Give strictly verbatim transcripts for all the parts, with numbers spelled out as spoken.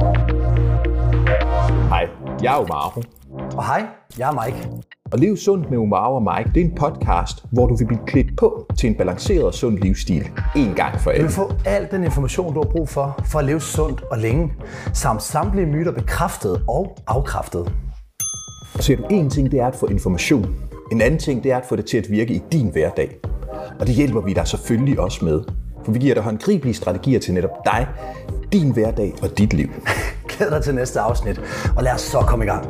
Hej, jeg er Omaro. Og hej, jeg er Mike. Og Lev Sundt med Omaro og Mike, det er en podcast, hvor du vil blive klædt på til en balanceret og sund livsstil. En gang for alle. Du vil få al den information, du har brug for, for at leve sundt og længe. Samt samtlige myter bekræftet og afkræftet. Og ser du, en ting, det er at få information. En anden ting, det er at få det til at virke i din hverdag. Og det hjælper vi dig selvfølgelig også med. For vi giver dig håndgribelige strategier til netop dig, din hverdag og dit liv. Glæd dig til næste afsnit, og lad os så komme i gang.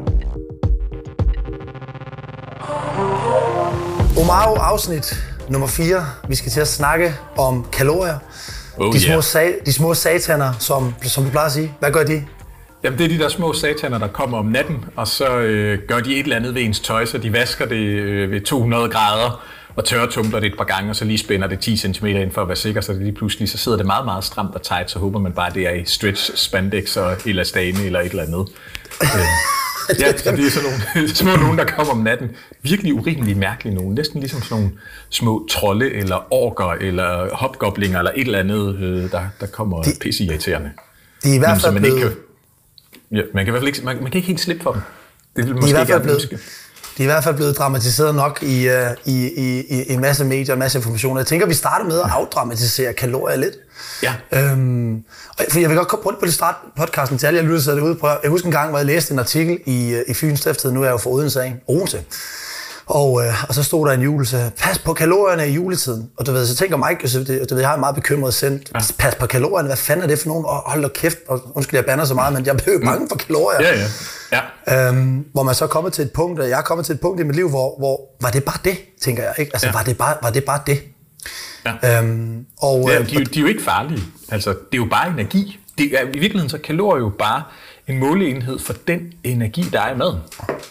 Omaro afsnit nummer fire. Vi skal til at snakke om kalorier. Oh, de, små yeah. sag, de små sataner, som, som du plejer at sige. Hvad gør de? Jamen, det er de der små sataner, der kommer om natten, og så øh, gør de et eller andet ved ens tøj, så de vasker det øh, ved to hundrede grader, og tørretumbler det et par gange, og så lige spænder det ti centimeter ind for at være sikker, så det lige pludselig så sidder det meget, meget stramt og tight, så håber man bare, det er i stretch, spandex og elastane eller et eller andet. øh. Ja, så det er sådan nogle små nogen, der kommer om natten. Virkelig urimelig mærkelige nogen. Næsten ligesom sådan nogle små trolde, eller orker, eller hobgoblinger, eller et eller andet, øh, der, der kommer de, pisseirriterende. De er i hvert Jamen, fald man blevet... Ikke kan, ja, man kan i hvert fald ikke, man, man kan ikke helt slippe for dem. Det vil de, måske er gerne blevet, ønske. de er i hvert fald blevet dramatiseret nok i, uh, i, i, i en masse medier og en masse information. Jeg tænker, vi starter med at afdramatisere kalorier lidt. Ja. Øhm, for jeg vil godt komme på det start podcasten til alle, jeg lyttede sig det ud på. Jeg husker en gang, hvor jeg læste en artikel i, i Fyns Stiftstidende, nu er jeg jo for Odense af, Odense. Og, øh, og så stod der en julelse, pas på kalorierne i juletiden. Og du ved, så tænker Mike, så det, du ved, jeg har en meget bekymret sendt, ja. Pas på kalorierne, hvad fanden er det for nogen? Og hold da kæft, og undskyld, jeg bander så meget, men jeg blev jo bange for kalorier. Ja, ja. Ja. Øhm, hvor man så er kommet til et punkt, og jeg er kommet til et punkt i mit liv, hvor, hvor var det bare det, tænker jeg, ikke? Altså, ja. var, det bare, var det bare det? Ja. Øhm, og, ja, øh, de, de er jo ikke farlige. Altså, det er jo bare energi. Det er, i virkeligheden så er kalorier jo bare en måleenhed for den energi, der er i maden.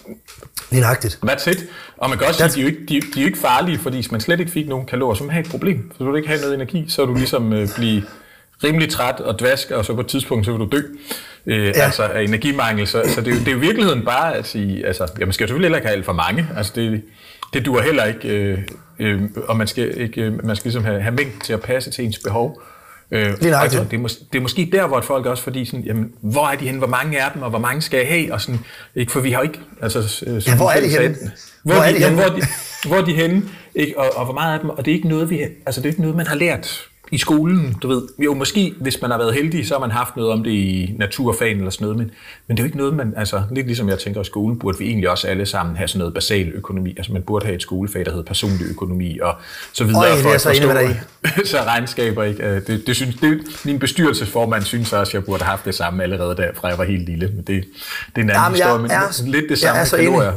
Lige nøjagtigt. That's it. Og man kan også sige, at de er, jo ikke, de, de er jo ikke farlige, fordi hvis man slet ikke fik nogen kalorier, så vil man have et problem. Så vil du ikke have noget energi, så vil du ligesom øh, blive rimelig træt og dvask, og så på et tidspunkt, så vil du dø. Øh, ja. Altså af energimangel. Så, så det, er jo, det er jo i virkeligheden bare at sige, altså, ja, man skal jo selvfølgelig heller ikke have alt for mange. Altså det, det duer heller ikke, øh, øh, og man skal, ikke, øh, man skal ligesom have, have mængden til at passe til ens behov. Øh, altså, det, er mås- det er måske der, hvor folk også, fordi sådan, jamen, hvor er de henne, hvor mange er dem, og hvor mange skal jeg have, og sådan, ikke, for vi har jo ikke, altså... Øh, ja, hvor er de henne? Hvor, hvor er de, de henne? Hvor er de, hvor er de henne, ikke? Og, og hvor meget af dem, og det er ikke noget, vi, altså det er ikke noget, man har lært i skolen, du ved. Jo, måske, hvis man har været heldig, så har man haft noget om det i naturfagen eller sådan noget, men, men det er jo ikke noget, man, altså lidt ligesom jeg tænker, at i skolen burde vi egentlig også alle sammen have sådan noget basal økonomi, altså man burde have et skolefag, der hedder personlig økonomi, og så videre. Øj, det er så enig med dig. Så regnskaber, ikke? Det, det synes, det, min bestyrelsesformand synes også, at jeg burde have haft det samme allerede der, fra jeg var helt lille, men det, det er en anden Jamen, historie, men er, lidt det samme med kalorier.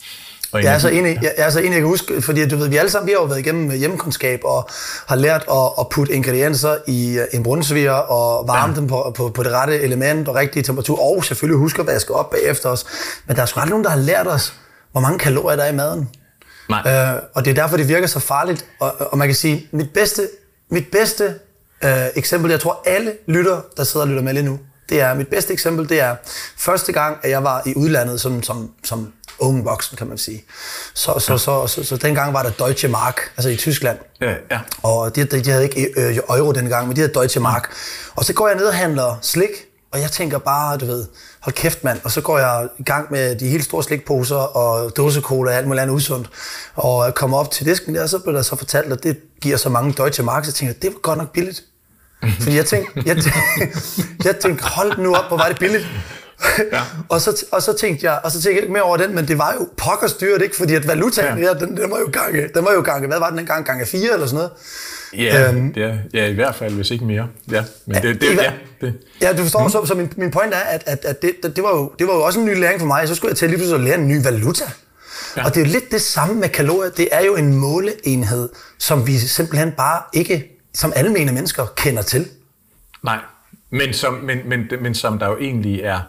Jeg er så enig, jeg er så enig, jeg kan huske, fordi du ved, vi alle sammen vi har jo været igennem hjemmekundskab og har lært at, at putte ingredienser i en brunsviger og varme ja. dem på, på, på det rette element og rigtige temperatur, og selvfølgelig huske at vaske op bagefter os. Men der er sgu aldrig nogen, der har lært os, hvor mange kalorier der er i maden. Nej. Øh, og det er derfor, det virker så farligt. Og, og man kan sige, mit bedste, mit bedste øh, eksempel, jeg tror alle lytter, der sidder og lytter med lige nu, det er mit bedste eksempel, det er første gang, at jeg var i udlandet som, som, som unge voksen, kan man sige. Så, så, ja. så, så, så, så dengang var der Deutsche Mark, altså i Tyskland. Ja, ja. Og de, de havde ikke euro dengang, men de havde Deutsche Mark. Og så går jeg ned og handler slik, og jeg tænker bare, du ved, hold kæft mand. Og så går jeg i gang med de helt store slikposer og dåsecola og alt muligt andet usundt. Og jeg kommer op til disken der, og så blev der så fortalt, at det giver så mange Deutsche Mark. Så tænker jeg, det var godt nok billigt. Fordi jeg tænkte, jeg tænkte, jeg tænkte hold nu op, hvor var det billigt. Ja. og, så, og så tænkte jeg, og så tænkte jeg ikke mere over den, men det var jo pokkers dyrt, ikke? Fordi at valutaen, ja. Ja, den, den var jo gange, den var jo gange, hvad var den dengang, gange fire eller sådan noget? Ja, øhm, det er, ja, i hvert fald, hvis ikke mere. Ja, men ja, det, det, ja, det. ja du forstår, mm. så, så min, min point er, at, at, at det, det, var jo, det var jo også en ny læring for mig, så skulle jeg til lige pludselig at lære en ny valuta. Ja. Og det er jo lidt det samme med kalorier, det er jo en måleenhed, som vi simpelthen bare ikke, som almene mennesker, kender til. Nej, men som, men, men, men som der jo egentlig er,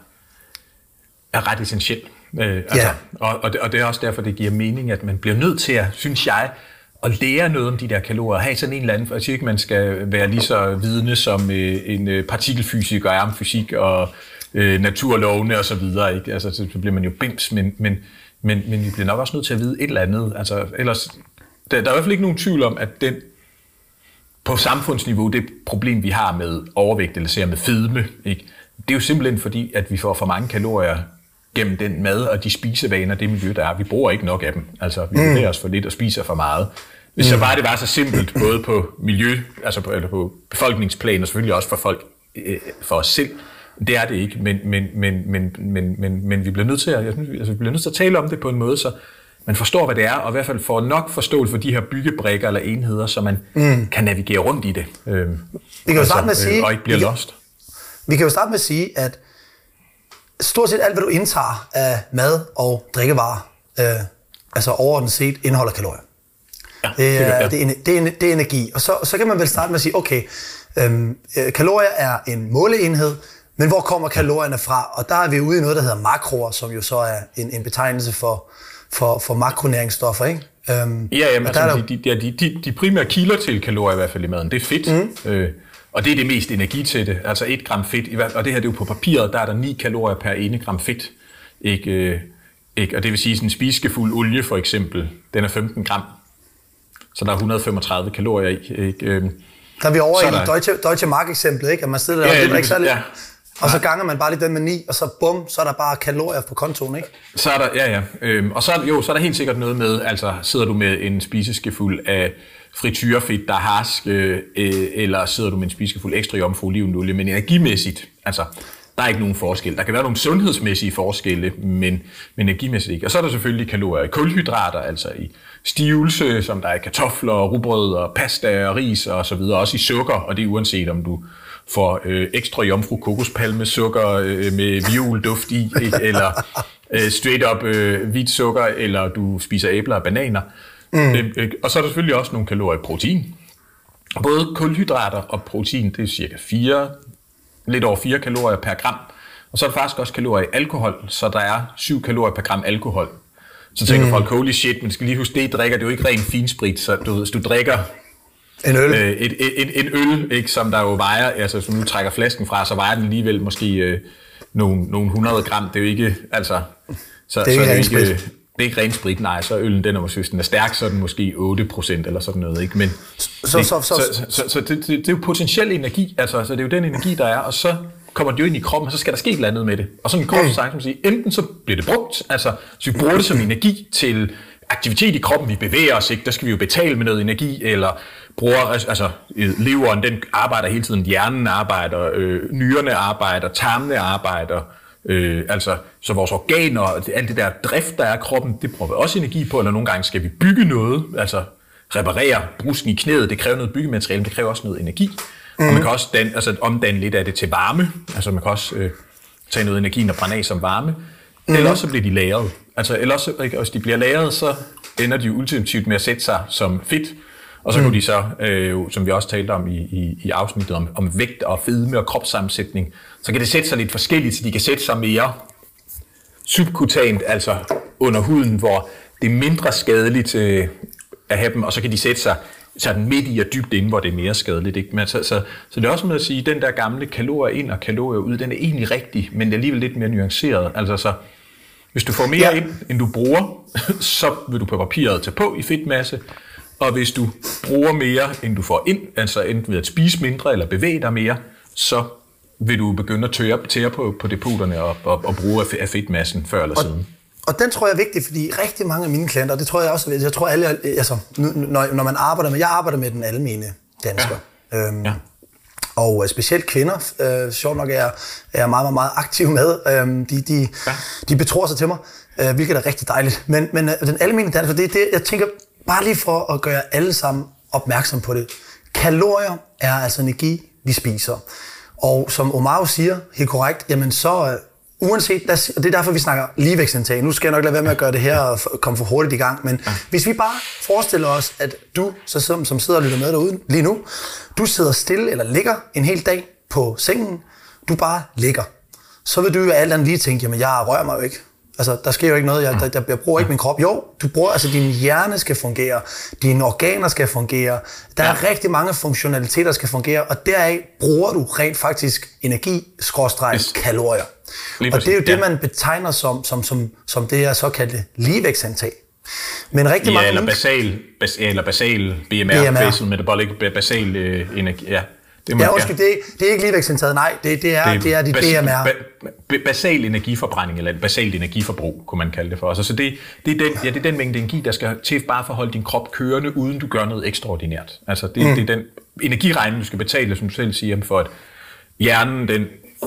er ret essentielt. Øh, altså, yeah. og, og, det, og det er også derfor, det giver mening, at man bliver nødt til at, synes jeg, at lære noget om de der kalorier. Have sådan en eller anden, jeg siger ikke, man skal være lige så vidende som øh, en øh, partikelfysiker er om fysik og øh, naturlovene og så videre. Ikke? Altså, så bliver man jo bims, men, men, men, men vi bliver nok også nødt til at vide et eller andet. Altså, ellers, der, der er i hvert fald ikke nogen tvivl om, at den på samfundsniveau, det problem, vi har med overvægt, eller ser med fedme, ikke? det er jo simpelthen fordi, at vi får for mange kalorier gennem den mad og de spisevaner, det miljø, der er. Vi bruger ikke nok af dem. Altså, vi bevæger mm. os for lidt og spiser for meget. Hvis mm. så bare det var så simpelt, både på miljø, altså på, eller på befolkningsplan, og selvfølgelig også for folk, øh, for os selv, det er det ikke, men, men, men, men, men, men, men vi bliver nødt til at, jeg synes, altså, vi bliver nødt til at tale om det på en måde, så man forstår, hvad det er, og i hvert fald får nok forståelse for de her byggebrikker eller enheder, så man mm. kan navigere rundt i det. Øh, vi kan jo starte med at sige, øh, og ikke bliver vi kan, lost. Vi kan jo starte med at sige, at stort set alt, hvad du indtager af mad og drikkevarer, øh, altså overordnet set, indeholder kalorier. Ja, det, er, det, ja. det, er, det, er, det er energi. Og så, så kan man vel starte med at sige, okay, øhm, kalorier er en måleenhed, men hvor kommer kalorierne fra? Og der er vi ude i noget, der hedder makroer, som jo så er en, en betegnelse for, for, for makronæringsstoffer, ikke? Øhm, ja, jamen, altså, der, de, de, de, de, de primære kilder til kalorier i hvert fald i maden, det er fedt. Mm. Øh, og det er det mest energitætte, altså et gram fedt. Og det her det er jo på papiret, der er der ni kalorier per ene gram fedt. Ikke, øh, ikke? Og det vil sige, sådan en spiseskefuld olie for eksempel, den er femten gram. Så der er et hundrede og femogtredive kalorier i. Ikke? Øhm, der er vi over i der... Deutsche, Deutsche Mark-eksemplet, ikke? At man stiller ja, der, ikke særlig, ja. Og så ganger man bare lige den med ni, og så bum, så er der bare kalorier på kontoen, ikke? Så er der, ja, ja. Øhm, og så, jo, så er der helt sikkert noget med, altså sidder du med en spiseskefuld af frityrefedt, der er harsk, øh, eller sidder du med en spiseskefuld ekstra jomfru olivenolie, men energimæssigt, altså, der er ikke nogen forskel. Der kan være nogle sundhedsmæssige forskelle, men, men energimæssigt ikke. Og så er der selvfølgelig kalorier i kulhydrater, altså i stivelse, som der er i kartofler, rugbrød og pasta og ris og så videre, også i sukker, og det er uanset om du får øh, ekstra jomfru kokospalme sukker øh, med violduft i, ikke? Eller øh, straight up øh, hvidt sukker, eller du spiser æbler og bananer. Mm. Øh, øh, og så er der selvfølgelig også nogle kalorier i protein. Både kulhydrater og protein, det er cirka fire, lidt over fire kalorier per gram. Og så er der faktisk også kalorier i alkohol, så der er syv kalorier per gram alkohol. Så tænker mm. folk, holy shit, men skal lige huske, det I drikker, det er jo ikke ren finsprit, så du, hvis du drikker en øl, øh, et, et, et, en øl, ikke, som der jo vejer, altså som nu trækker flasken fra, så vejer den alligevel måske øh, nogle, nogle hundrede gram, det er jo ikke, altså, så, det er så ikke det er ikke, det er ikke ren sprit, nej, så øllen, den er måske, hvis den er stærk, så er den måske otte procent eller sådan noget, ikke, men så, så, så, så, så, så, så det, det, det er jo potentiel energi, altså, så det er jo den energi, der er, og så kommer det jo ind i kroppen, og så skal der ske et eller andet med det. Og sådan en kort sagt, som siger, enten så bliver det brugt, altså så vi bruger det som energi til aktivitet i kroppen, vi bevæger os, ikke? Der skal vi jo betale med noget energi, eller bruger, altså leveren, den arbejder hele tiden, hjernen arbejder, øh, nyrerne arbejder, tarmene arbejder, øh, altså så vores organer, alt det der drift, der er i kroppen, det bruger vi også energi på, eller nogle gange skal vi bygge noget, altså reparere brusken i knæet, det kræver noget byggemateriale, men det kræver også noget energi. Mm. Og man kan også dan, altså, omdanne lidt af det til varme. Altså man kan også øh, tage noget energi og brænde af som varme. Mm. Eller også så bliver de lagret. Altså, eller også, hvis de bliver lagret, så ender de jo ultimativt med at sætte sig som fedt. Og så mm. kan de så, øh, som vi også talte om i, i, i afsnittet om, om vægt og fedme og kropssammensætning, så kan det sætte sig lidt forskelligt, så de kan sætte sig mere subkutant, altså under huden, hvor det er mindre skadeligt øh, at have dem, og så kan de sætte sig sådan midt i og dybt inde, hvor det er mere skadeligt. Ikke? Men så, så, så det er også med at sige, at den der gamle kalorier ind og kalorier ud, den er egentlig rigtig, men det er alligevel lidt mere nuanceret. Altså så, hvis du får mere ja. ind, end du bruger, så vil du på papiret tage på i fedtmasse, og hvis du bruger mere, end du får ind, altså enten ved at spise mindre eller bevæge dig mere, så vil du begynde at tære, tære på, på depoterne og, og, og bruge af fedtmassen før eller siden. Og den tror jeg er vigtig, fordi rigtig mange af mine klienter, det tror jeg også, jeg tror alle, altså, når, når man arbejder med, jeg arbejder med den almene dansker. Ja. Øhm, ja. Og specielt kvinder, øh, sjovt nok er jeg, er jeg meget, meget, meget aktiv med. Øhm, de, de, ja. de betror sig til mig, øh, hvilket er rigtig dejligt. Men, men øh, den almene dansker, det er det, jeg tænker, bare lige for at gøre alle sammen opmærksom på det. Kalorier er altså energi, vi spiser. Og som Omar siger, helt korrekt, jamen så... Uanset, og det er derfor, vi snakker ligevægtsindtag. Nu skal jeg nok lade være med at gøre det her og komme for hurtigt i gang, men ja. hvis vi bare forestiller os, at du, så som, som sidder og lytter med derude lige nu, du sidder stille eller ligger en hel dag på sengen, du bare ligger, så vil du jo alt andet lige tænke, jamen jeg rører mig jo ikke. Altså, der sker jo ikke noget, jeg, der, der, jeg bruger ikke min krop. Jo, du bruger, altså din hjerne skal fungere, dine organer skal fungere, der er ja. rigtig mange funktionaliteter, der skal fungere, og deraf bruger du rent faktisk energi, skråstreg, yes. kalorier. Lige og det er jo det, ja. man betegner som, som, som, som det her såkaldte ligevægtsindtag. Men rigtig ja, mange... eller basal, bas, eller basal B M R, basal metabolic, basal øh, energi, ja. Det må, ja, undskyld, ja. det, er, det er ikke ligevægtsindtaget, nej, det, det, er, det, det er dit B M R. Ba, ba, basal energiforbrænding, eller basalt energiforbrug, kunne man kalde det for os. Altså det, det, er den, ja, det er den mængde energi, der skal til bare for at holde din krop kørende, uden du gør noget ekstraordinært. Altså det, mm. det er den energiregning, du skal betale, som du selv siger, for at hjernen, den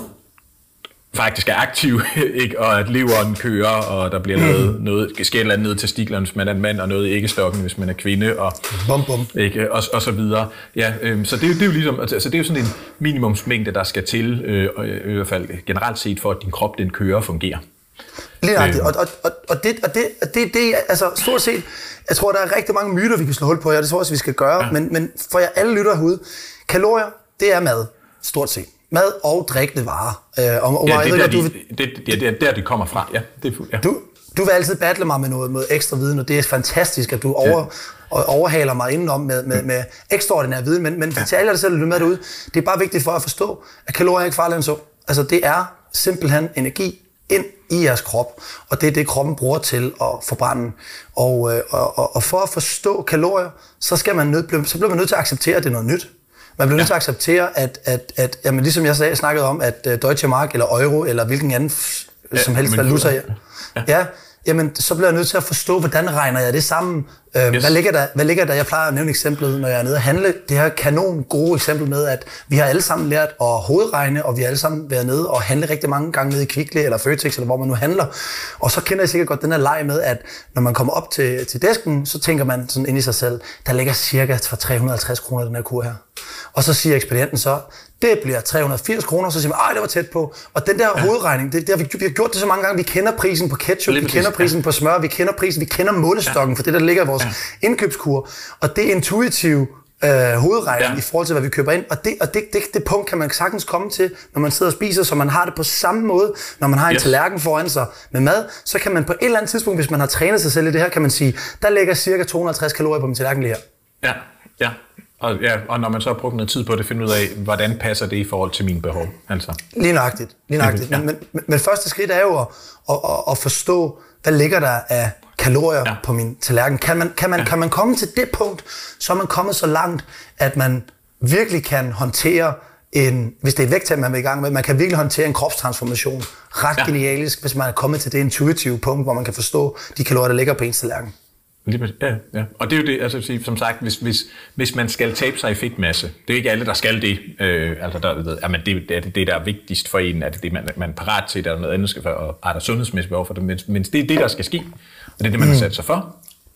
faktisk er aktiv, ikke? Og at leveren kører, og der bliver noget, mm. noget sker et eller andet ned til stiklerne, hvis man er en mand, og noget i æggestokken, hvis man er kvinde, og, bum, bum. Ikke? Og, og så videre. Ja, øhm, så det, det er jo ligesom, altså det er jo sådan en minimumsmængde, der skal til, øh, i hvert fald generelt set, for at din krop, den kører og fungerer. Lige nøjagtigt, øh. og, og, og, det, og det, det, det, altså stort set, jeg tror, der er rigtig mange myter, vi kan slå hul på, og det tror jeg også, vi skal gøre, ja. men, men for jer alle lytter herude, kalorier, det er mad, stort set. Mad og drikkende varer. Øh, og, og ja, det er der, du, de, det, ja, det er der, det kommer fra. Ja, det er, ja. Du, du vil altid battle mig med noget, med ekstra viden, og det er fantastisk, at du over, ja. overhaler mig indenom med, med, med ekstraordinær viden, men, men ja. til alle, der selv lytter med derude, det er bare vigtigt for at forstå, at kalorier er ikke farligere end så. Altså, det er simpelthen energi ind i jeres krop, og det er det, kroppen bruger til at forbrænde. Og, og, og, og for at forstå kalorier, så, skal man nød, så bliver man nødt til at acceptere, at det er noget nyt. Man bliver nødt til at acceptere, at, at, at jamen, ligesom jeg sagde, snakkede om, at uh, Deutsche Mark eller Euro eller hvilken anden ja, som helst valuta, ja. ja, ja, jamen så bliver jeg nødt til at forstå, hvordan regner jeg det sammen. Uh, yes. Hvad ligger der? Hvad ligger der? Jeg plejer at nævne eksemplet, når jeg er nede og handle. Det her kanon gode eksempel med, at vi har alle sammen lært at hovedregne, og vi har alle sammen været nede og handle rigtig mange gange nede i Kvickly eller Føtex, eller hvor man nu handler. Og så kender jeg sikkert godt den her leg med, at når man kommer op til, til disken, så tænker man sådan ind i sig selv, der ligger cirka for tre hundrede og halvtreds kroner den her kur her. Og så siger ekspedienten så, det bliver tre hundrede og firs kroner, så siger man, ej, det var tæt på. Og den der ja. hovedregning, det, det har vi, vi har gjort det så mange gange, vi kender prisen på ketchup, vi kender prisen ja. på smør, vi kender prisen, vi kender målestokken ja. for det, der ligger i vores ja. indkøbskur. Og det er intuitiv øh, hovedregning ja. i forhold til, hvad vi køber ind. Og, det, og det, det, det punkt kan man sagtens komme til, når man sidder og spiser, så man har det på samme måde, når man har en yes. tallerken foran sig med mad, så kan man på et eller andet tidspunkt, hvis man har trænet sig selv i det her, kan man sige, der ligger cirka to hundrede og halvtreds kalorier på min tallerken lige her. Ja, ja. Og, ja, og når man så har brugt noget tid på det, at finde ud af, hvordan passer det i forhold til mine behov. Altså. Lige nøjagtigt. Lige nøjagtigt. Ja. Men, men, men første skridt er jo at, at, at forstå, hvad ligger der af kalorier ja. på min tallerken. Kan man, kan, man, ja. kan man komme til det punkt, så er man kommet så langt, at man virkelig kan håndtere en, hvis det er vægttab, man vil i gang med, man kan virkelig håndtere en kropstransformation. Ret ja. genialisk, hvis man er kommet til det intuitive punkt, hvor man kan forstå de kalorier, der ligger på ens tallerken. Ja, ja. Og det er jo det, altså som sagt, hvis, hvis, hvis man skal tabe sig i fedtmasse, det er ikke alle, der skal det, øh, altså der, ved, jamen det, det er det, der er vigtigst for en, at det man, man er parat til, der er noget andet, skal for, og er der sundhedsmæssigt behov for det, men, men det er det, der skal ske, og det er det, man har sat sig for,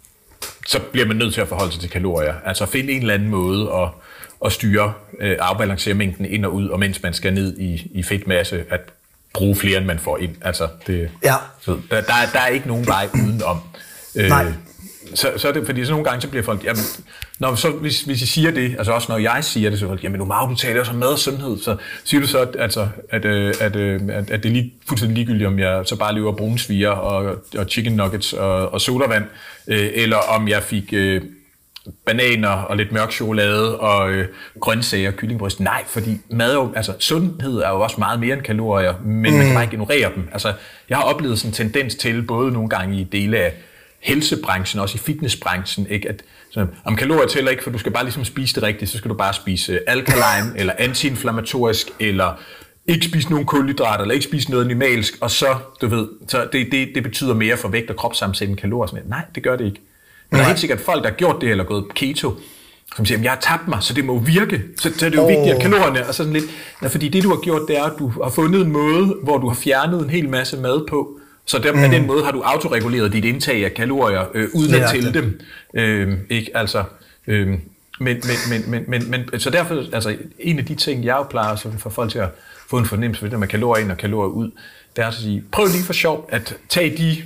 så bliver man nødt til at forholde sig til kalorier, altså at finde en eller anden måde at, at styre, øh, afbalancere mængden ind og ud, og mens man skal ned i, i fedtmasse, at bruge flere, end man får ind, altså det, ja. så, der, der, der er ikke nogen vej udenom. Øh, Nej. Så, så er det, fordi så nogle gange så bliver folk, jamen, når, så, hvis, hvis I siger det, altså også når jeg siger det, så er folk, jamen nu Mark, du taler også om mad og sundhed, så siger du så, at, altså, at, at, at, at, at det er lige, fuldstændig ligegyldigt, om jeg så bare lever brunsviger og, og chicken nuggets og, og sodavand, øh, eller om jeg fik øh, bananer og lidt mørk chokolade og øh, grøntsager og kyllingbryst. Nej, fordi mad jo, altså sundhed er jo også meget mere end kalorier, men mm. man kan bare ikke ignorere dem. Altså, jeg har oplevet sådan en tendens til, både nogle gange i dele af helsebranchen, også i fitnessbranchen, ikke? At så, om kalorier tæller ikke, for du skal bare ligesom spise det rigtigt, så skal du bare spise alkaline, eller antiinflammatorisk, eller ikke spise nogen kulhydrater, eller ikke spise noget animalsk, og så, du ved, så det, det, det betyder mere for vægt og kropssammensætning kalorier. Sådan. Nej, det gør det ikke. Men der er helt sikkert folk, der har gjort det, eller gået keto, som siger, jeg har tabt mig, så det må virke, så, så er det jo oh. vigtigt, at kalorierne, og sådan lidt, ja, fordi det du har gjort, det er, at du har fundet en måde, hvor du har fjernet en hel masse mad på, så der, mm. på den måde har du autoreguleret dit indtag af kalorier, øh, uden at tælle dem. Øh, ikke? Altså, øh, men, men, men, men, men, men, så derfor, altså, en af de ting, jeg jo plejer så for folk til at få en fornemmelse for det med kalorier ind og kalorier ud, det er at sige, prøv lige for sjov at tage de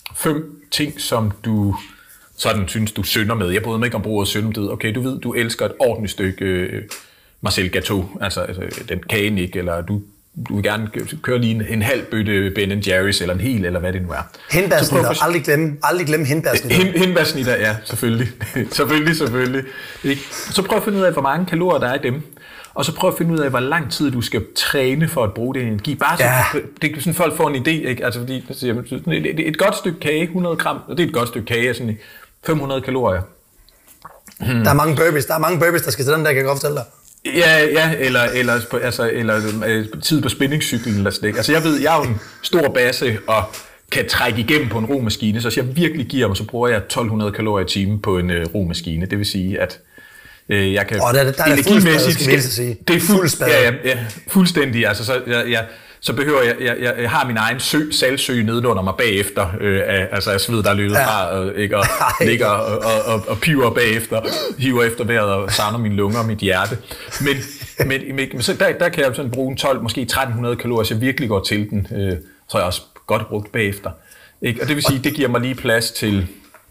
fem ting, som du sådan synes, du synder med. Jeg bryder mig ikke om bruget syndet. Okay, du ved, du elsker et ordentligt stykke øh, Marcel Gâteau, altså, altså den kagen ikke, eller du du vil gerne køre lige en, en halv bøtte Ben and Jerry's, eller en hel, eller hvad det nu er. Hindbærsnitter, for... aldrig glemme, aldrig glemme hindbærsnitter. Hin, hindbærsnitter, ja, selvfølgelig. selvfølgelig, selvfølgelig. Ikke? Så prøv at finde ud af, hvor mange kalorier der er i dem. Og så prøv at finde ud af, hvor lang tid du skal træne for at bruge den energi. Bare så, ja. det er sådan, folk får en idé, ikke? Altså, fordi, et, et godt stykke kage, hundrede gram, og det er et godt stykke kage, sådan fem hundrede kalorier. Hmm. Der er mange burpees, der er mange burpees, der skal til den der, kan jeg godt fortælle dig. Ja, ja, eller, eller, altså, eller øh, tid på spændingscyklen eller sådan. Altså jeg ved, jeg er jo en stor basse og kan trække igennem på en romaskine, så hvis jeg virkelig giver mig, så bruger jeg tolv hundrede kalorier i timen på en øh, romaskine. Det vil sige, at øh, jeg kan... Åh, der, der er energimæssigt, skal vi sige. Det er fuld, ja, ja, ja, fuldstændig. Altså, så, jeg, jeg, så behøver jeg, jeg, jeg, jeg har min egen sø, salgsø nede under mig bagefter, øh, af, altså af sved, der er løbet ja. fra, og, ikke, og ligger og, og, og, og piver bagefter, hiver efter vejret og savner mine lunger og mit hjerte. Men, men, men så der, der kan jeg sådan bruge en tolv, måske tretten hundrede kalorier, så jeg virkelig går til den, øh, så jeg også godt brugt bagefter. Ikke? Og det vil sige, det giver mig lige plads til...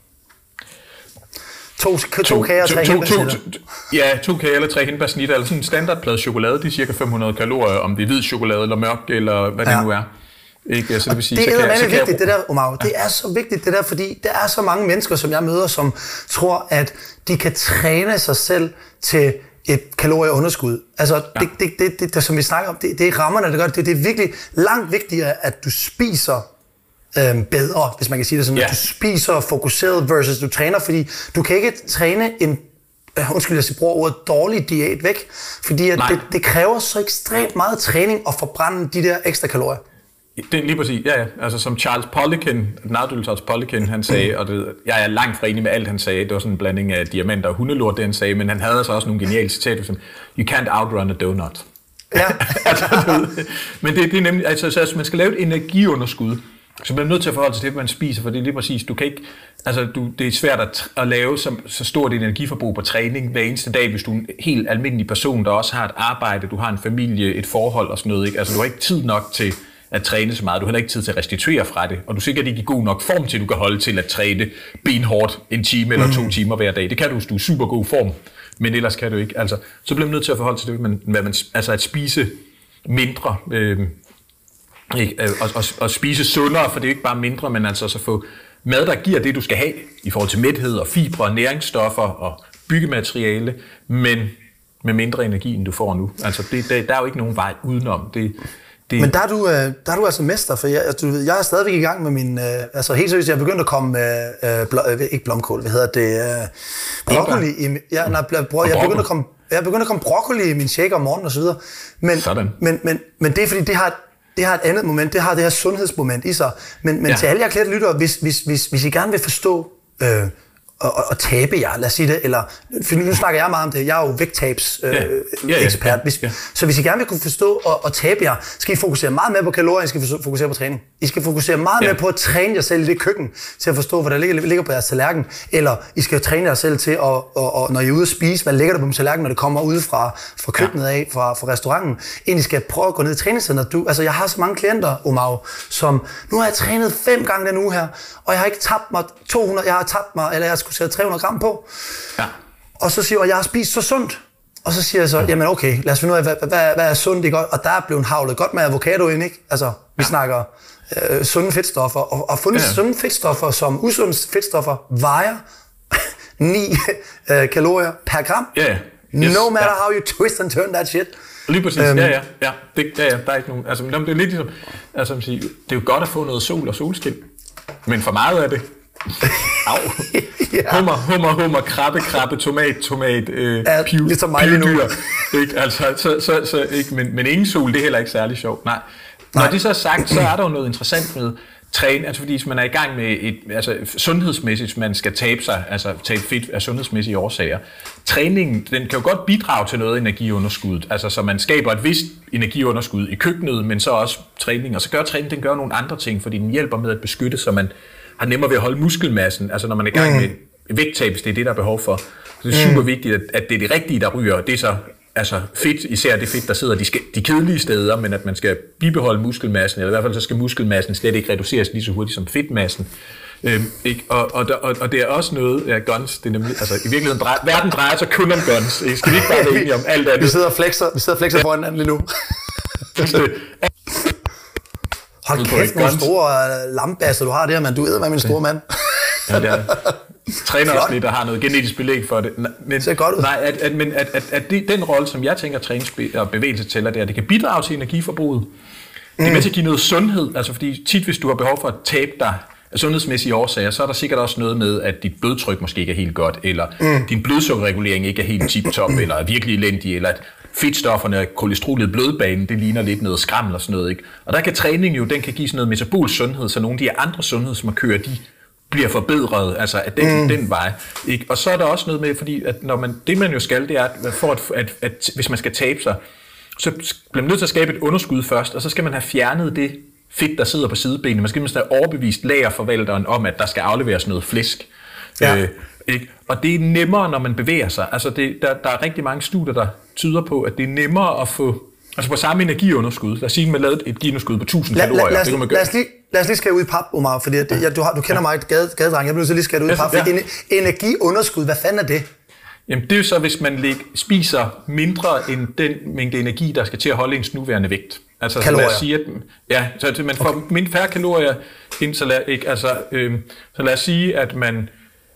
To, to, to kager og tre hindbærsnitter. Ja, to kager eller tre hindbærsnitter, eller sådan en standardplade chokolade, det er cirka fem hundrede kalorier, om det er hvid chokolade eller mørk, eller hvad ja. det nu er. Ikke? Så det vil sige, det er så kan, så vigtigt, jeg... det der, Omar. Det er så vigtigt, det der, fordi der er så mange mennesker, som jeg møder, som tror, at de kan træne sig selv til et kalorieunderskud. Altså, ja. det, det, det, det, det, som vi snakker om, det, det er rammerne, der gør det. Det, det er virkelig langt vigtigere, at du spiser øhm, bedre, hvis man kan sige det sådan. Ja. At du spiser fokuseret versus du træner, fordi du kan ikke træne en, øh, undskyld, jeg bruger ordet dårlig diæt væk, fordi at det, det kræver så ekstremt meget træning at forbrænde de der ekstra kalorier. Det er lige præcis, ja, ja. Altså som Charles Poliquin, den afdøde Charles Poliquin, han sagde, og det, jeg er langt fra enig med alt, han sagde, det var sådan en blanding af diamanter og hundelort, det han sagde, men han havde altså også nogle geniale citater, som, you can't outrun a donut. Ja. altså, men det, det er nemlig, altså, så, altså man skal lave et energiunderskud, så man er nødt til at forholde sig til det, man spiser, for det er lige præcis, du kan ikke, altså du, det er svært at, at lave så, så stort et energiforbrug på træning hver eneste dag, hvis du er en helt almindelig person, der også har et arbejde, du har en familie, et forhold og sådan noget, ikke? Altså du har ikke tid nok til at træne så meget. Du har heller ikke tid til at restituere fra det, og du er sikkert ikke i god nok form til, at du kan holde til at træne benhårdt en time eller to timer hver dag. Det kan du, hvis du er i super god form, men ellers kan du ikke. Altså, så bliver man nødt til at forholde til det, man, man, altså at spise mindre, øh, ikke, og, og, og spise sundere, for det er ikke bare mindre, men altså så få mad, der giver det, du skal have, i forhold til mæthed og fibre og næringsstoffer og byggemateriale, men med mindre energi, end du får nu. Altså, det, det, der er jo ikke nogen vej udenom. Det Det... Men der er, du, der er du altså mester, for jeg, du ved, jeg er stadigvæk i gang med min... Øh, altså helt seriøst, jeg er begyndt at komme med... Øh, bl- øh, ikke blomkål, hvad hedder det? Øh, broccoli. I, ja, nej, bro, jeg er begyndt at komme... Jeg er begyndt at komme broccoli i min shake om morgenen og så videre. Men, Sådan. Men, men, men det er fordi, det har, det har et andet moment. Det har det her sundhedsmoment i sig. Men, men ja. til alle jer klædte lyttere, hvis, hvis, hvis, hvis I gerne vil forstå... Øh, Og, og, og tabe jer, lad os sige det, eller, for nu snakker jeg meget om det, jeg er jo vægttabs øh, ja. Ja, ja, ekspert, hvis, ja. så hvis I gerne vil kunne forstå og, og tabe jer, skal I fokusere meget mere på kalorier, I skal fokusere på træning. I skal fokusere meget ja. mere på at træne jer selv i det køkken, til at forstå, hvad der ligger, ligger på jeres tallerken, eller I skal træne jer selv til, at, og, og, når I er ude at spise, hvad ligger der på tallerken, når det kommer ud fra, fra køkkenet af, fra, fra restauranten, inden I skal prøve at gå ned i træningscenteret. Du, altså jeg har så mange klienter, Omar, som, nu har jeg trænet fem gange den uge her, og jeg har ikke tabt mig to hundrede, jeg har tabt mig, eller jeg har skulle sætte tre hundrede gram på. Ja. Og så siger jeg, at jeg har spist så sundt. Og så siger jeg så, jamen okay, lad os finde ud af, hvad, hvad, hvad er sundt, ikke? Og der er blevet havlet godt med avocado ind, ikke? Altså, vi ja. snakker øh, sunde fedtstoffer, og, og fundet ja. sunde fedtstoffer, som usunde fedtstoffer vejer ni øh, kalorier per gram. Ja, yes. No matter ja. how you twist and turn that shit. Lige præcis, øhm, ja, ja, ja. Det, ja, ja, der er ikke nogen, altså, det er lidt ligesom, altså, det er jo godt at få noget sol og solskin, men for meget af det, au. ja. Hummer, hummer, hummer, krabbe, krabbe, tomat, tomat, øh, ja, piv, ligesom mig lige nu. Ikke? Altså, så, så, så, ikke? Men, men ingen sol, det er heller ikke særlig sjovt. Nej. Når Nej. det så er sagt, så er der jo noget interessant med træne, altså fordi hvis man er i gang med et, altså sundhedsmæssigt, man skal tabe sig, altså tabe fedt af sundhedsmæssige årsager. Træningen, den kan jo godt bidrage til noget energiunderskud, altså så man skaber et vist energiunderskud i køkkenet, men så også træning, og så gør træningen, den gør nogle andre ting, fordi den hjælper med at beskytte, så man har nemmere ved at holde muskelmassen, altså når man er i gang med vægttab, det er det, der er behov for. Så det er super vigtigt, at, at det er det rigtige, der ryger, det er så altså fedt, især det fedt, der sidder de, skal, de kedelige steder, men at man skal bibeholde muskelmassen, eller i hvert fald så skal muskelmassen slet ikke reduceres lige så hurtigt som fedtmassen. Øhm, ikke? Og, og, og, og det er også noget, ja, guns, det er nemlig, altså i virkeligheden, drejer, verden drejer sig kun om guns, ikke? Skal vi ikke bare være enige om alt andet? Vi sidder og flexer, vi sidder og flexer foran anden lige nu. Hold kæft, nogle store lampasser, du har der, mand. Du æder med min store mand. Ja, det er træner også lidt og har noget genetisk belæg for det. Men, det ser godt ud. Nej, at, at, men at, at, at det, den rolle, som jeg tænker, trænings- og bevægelse tæller, det er, at det kan bidrage til energiforbruget. Det er med til at give noget sundhed, altså fordi tit, hvis du har behov for at tabe dig af sundhedsmæssige årsager, så er der sikkert også noget med, at dit blodtryk måske ikke er helt godt, eller mm. din blodsukkerregulering ikke er helt tip-top, eller er virkelig elendig, eller at fedtstofferne og kolesterolet i blodbanen, det ligner lidt noget skrammel og sådan noget, ikke? Og der kan træning jo, den kan give sådan noget metabolisk sundhed, så nogle af de andre sundhedsmarkører, de bliver forbedret, altså at den, mm. den vej. Ikke? Og så er der også noget med, fordi at når man, det man jo skal, det er, at, for at, at, at hvis man skal tabe sig, så bliver man nødt til at skabe et underskud først, og så skal man have fjernet det fedt, der sidder på sidebenene. Man skal mindst have overbevist lagerforvalteren om, at der skal afleveres noget flæsk. Ja. Øh, ikke? Og det er nemmere, når man bevæger sig. Altså det, der, der er rigtig mange studier, der tyder på, at det er nemmere at få, altså på samme energiunderskud. Lad os sige, at man lavede et energiunderskud på tusind lad, kalorier. Lad, lad, lad, lad, os lige, lad os lige skære ud i pap, Omar, fordi det, jeg, du, har, du kender mig et gade, gadedreng. Jeg bliver så lige skære ud i pap. Ja. Energiunderskud, hvad fanden er det? Jamen det er jo så, hvis man læg, spiser mindre end den mængde energi, der skal til at holde ens nuværende vægt. Altså, kalorier. Så lad os sige, at, ja, så man får okay. mindre færre kalorier ind, så lad, ikke, altså, øh, så lad os sige, at man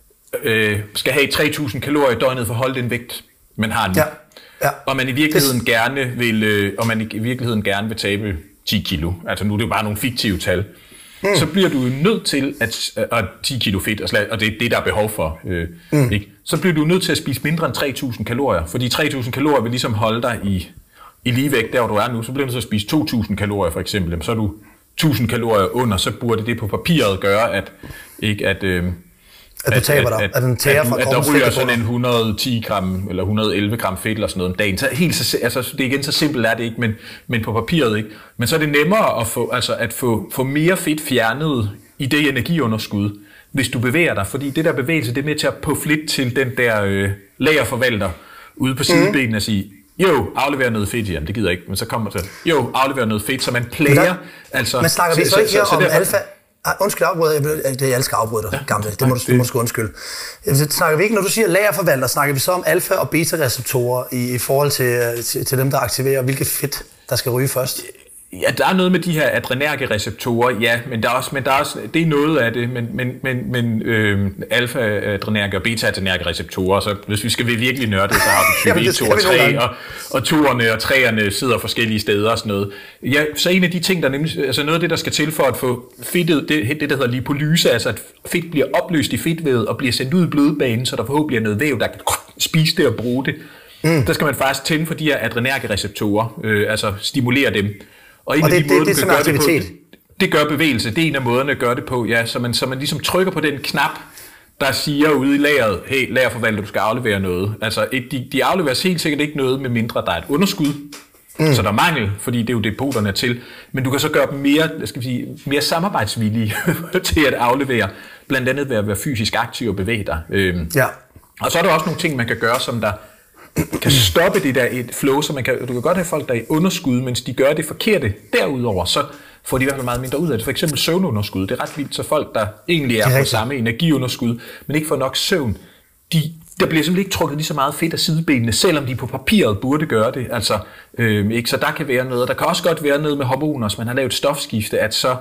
øh, skal have tre tusind kalorier i døgnet for at holde den vægt, man har nu. Ja. Ja. Og man i virkeligheden det... gerne vil, øh, og man i virkeligheden gerne vil tabe ti kilo. Altså nu er det jo bare nogle fiktive tal. Mm. Så bliver du nødt til at, at ti kilo fedt, og det er det, der er behov for. Øh, mm. ikke? Så bliver du nødt til at spise mindre end tre tusind kalorier, fordi tre tusind kalorier vil ligesom holde dig i, i ligevægt, der hvor du er nu. Så bliver du nødt til at spise to tusind kalorier for eksempel. Så er du tusind kalorier under, så burde det på papiret gøre, at, ikke, at, øh, at du taber dig, at, at, den tager fra at, at der ryger sådan en et hundrede og ti gram eller et hundrede og elleve gram fedt eller sådan noget om dagen. Så helt så, altså, det er igen så simpelt er det ikke, men, men på papiret ikke. Men så er det nemmere at få, altså, at få, få mere fedt fjernet i det energiunderskud, hvis du bevæger dig. Fordi det der bevægelse, det er med til at puffe lidt til den der øh, lagerforvalter ude på sidebenene mm. og sige, jo, aflever noget fedt, jamen det gider ikke, men så kommer til, jo, aflever noget fedt, så man plager. Altså, men snakker vi så, så ikke så, så, om så alfa? Ah, undskyld afbryder, det er jeg elsker afbryder dig, gamle, det må du, du må sgu undskylde. Snakker vi ikke, når du siger lagerforvalter, snakker vi så om alfa- og beta-receptorer i, i forhold til, til, til dem, der aktiverer, hvilket fedt, der skal ryge først? Ja, der er noget med de her adrenerge receptorer, ja, men der er også, men der er også, det er noget af det, men, men, men, men øh, alfa-adrenerge og beta-adrenerge receptorer, så hvis vi skal være virkelig nørdet, så har vi type et, to og tre, og, og toerne og treerne sidder forskellige steder og sådan noget. Ja, så en af de ting, der nemlig, altså noget af det, der skal til for at få fedtet, det, det der hedder lipolyse, altså at fedt bliver opløst i fedtvævet og bliver sendt ud i blodbanen, så der forhåbentlig er noget væv, der kan spise det og bruge det. Mm. Der skal man faktisk tænde for de her adrenerge receptorer, øh, altså stimulere dem. Og en og af det, de måder, det, det, du kan gøre det på, det, det gør bevægelse. Det er en af måderne at gøre det på, ja. Så man, så man ligesom trykker på den knap, der siger ude i lageret, hey, lagerforvalter, du skal aflevere noget. Altså, de, de afleveres helt sikkert ikke noget, med mindre der er et underskud. Mm. Så der er mangel, fordi det er jo depoterne til. Men du kan så gøre dem mere, skal vi sige, mere samarbejdsvillige til at aflevere. Blandt andet ved at være fysisk aktiv og bevæge dig. Øhm, ja. Og så er der også nogle ting, man kan gøre, som der kan stoppe det der et flow, så man kan, du kan godt have folk, der er i underskud, mens de gør det forkerte derudover, så får de i hvert fald meget mindre ud af det. For eksempel søvnunderskud. Det er ret vildt, så folk, der egentlig er, er på samme energiunderskud, men ikke får nok søvn, de, der bliver simpelthen ikke trukket lige så meget fedt af sidebenene, selvom de på papiret burde gøre det. Altså, øh, ikke? Så der kan være noget. Der kan også godt være noget med hormoner, hvis man har lavet stofskifte, at så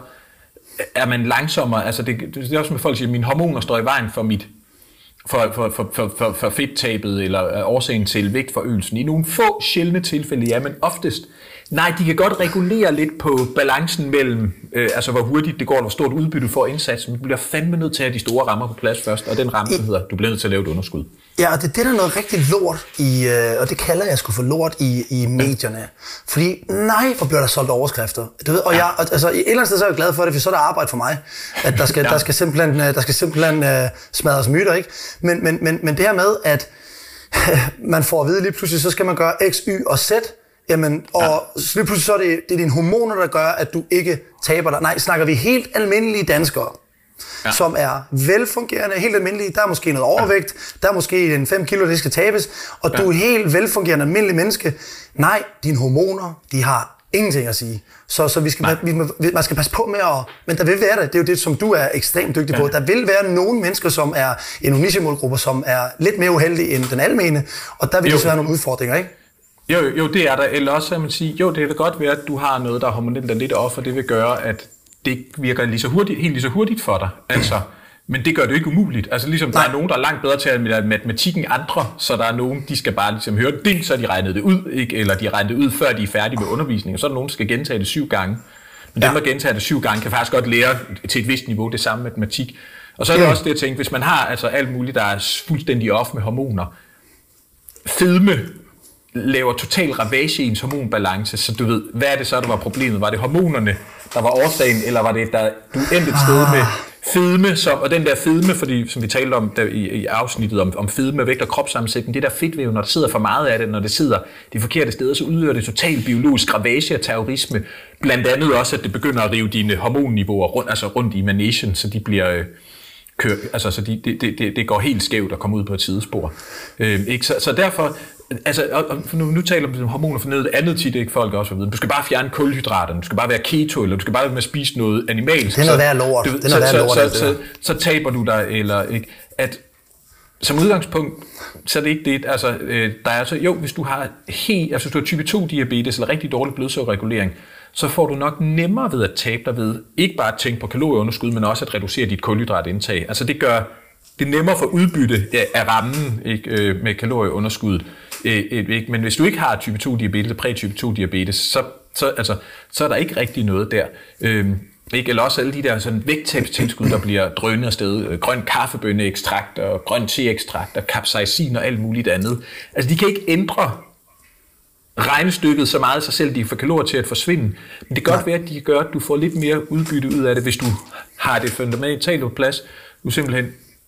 er man langsommere. Altså, det, det er også med folk, der siger, at mine hormoner står i vejen for mit For, for, for, for, for, for fedttabet eller årsagen til vægtforøgelsen. I nogle få sjældne tilfælde, ja, men oftest, nej, de kan godt regulere lidt på balancen mellem, øh, altså hvor hurtigt det går, hvor stort udbytte for indsatsen. Du bliver fandme nødt til at have de store rammer på plads først, og den ramme, der hedder, du bliver nødt til at lave et underskud. Ja, og det, det der er noget rigtig lort i, øh, og det kalder jeg sgu for lort i, i medierne. Ja. Fordi, nej, hvor bliver der solgt overskrifter. Du ved, og ja. jeg, altså, et eller andet sted så er jeg glad for det, for så er der arbejde for mig. At der skal, ja. der skal simpelthen, der skal simpelthen uh, smadres myter, ikke? Men, men, men, men det her med, at man får at vide lige pludselig, så skal man gøre X, Y og Z, jamen, og ja. lige pludselig så er det, det er dine hormoner, der gør, at du ikke taber dig. Nej, snakker vi helt almindelige danskere, ja. som er velfungerende, helt almindelige. Der er måske noget overvægt, ja. der er måske en fem kilo, der skal tabes, og ja. du er helt velfungerende almindelig menneske. Nej, dine hormoner, de har ingenting at sige. Så, så vi skal, vi, vi, man skal passe på med at... Men der vil være det, det er jo det, som du er ekstremt dygtig på. Ja. Der vil være nogle mennesker, som er i nogle nichemålgrupper, som er lidt mere uheldige end den almene, og der vil desværre nogle udfordringer, ikke? Jo, jo, det er der. Eller også kan man sige, jo, det vil godt være, at du har noget, der er hormonelt der lidt off, og det vil gøre, at det virker lige så hurtigt, helt lige så hurtigt for dig. Altså, men det gør det ikke umuligt. Altså ligesom, Nej. der er nogen, der er langt bedre til at matematik end andre, så der er nogen, de skal bare ligesom høre det, så de regnet det ud, ikke? Eller de regnet det ud, før de er færdige med undervisning, og så er der nogen, der skal gentage det syv gange. Men ja. dem, der gentager det syv gange, kan faktisk godt lære til et vist niveau det samme matematik. Og så er det ja. også det, jeg tænker, hvis man har altså alt muligt, der er fuldstændig off med hormoner, fedme, laver total ravage i ens hormonbalance, så du ved, hvad er det så, der var problemet? Var det hormonerne, der var årsagen, eller var det, der du endte et sted med fedme, som, og den der fedme, fordi, som vi talte om der, i, i afsnittet om, om fedme, vægt og kropssammensætning, det der fedtvæv, når der sidder for meget af det, når det sidder de forkerte steder, så udøver det total biologisk ravage og terrorisme. Blandt andet også, at det begynder at rive dine hormonniveauer rundt, altså rundt i managen, så de bliver øh, kørt, altså så de, det, det, det går helt skævt at komme ud på et sidespor. Øh, ikke? Så, så derfor, altså, og, og nu, nu taler vi om hormoner for ned, andet tit ikke folk også ved. Du skal bare fjerne kulhydraterne, du skal bare være keto, eller du skal bare være med at spise noget animalsk. Det er noget værd lort. Det er noget værd lort. Så, så, så, så taber du dig, eller ikke. At som udgangspunkt, så er det ikke det. Altså, øh, der er altså, jo, hvis du har helt, altså hvis du har type to diabetes eller rigtig dårlig blodsukkerregulering, så får du nok nemmere ved at tabe dig ved ikke bare at tænke på kalorieunderskud, men også at reducere dit kulhydratindtag. Altså det gør det nemmere for udbytte af rammen, ikke, med kalorieunderskud. Ikke? Men hvis du ikke har type to diabetes eller præ-type to diabetes, så, så, altså, så er der ikke rigtig noget der. Øhm, ikke? Eller også alle de der sådan vægttabstilskud, der bliver drønet afsted. Grøn kaffebønneekstrakt og grøn teekstrakt og capsaicin og alt muligt andet. Altså de kan ikke ændre regnestykket så meget sig selv, de får kalorier til at forsvinde. Men det kan godt være, at de gør, at du får lidt mere udbytte ud af det, hvis du har det fundamentalt på plads. Du simpelthen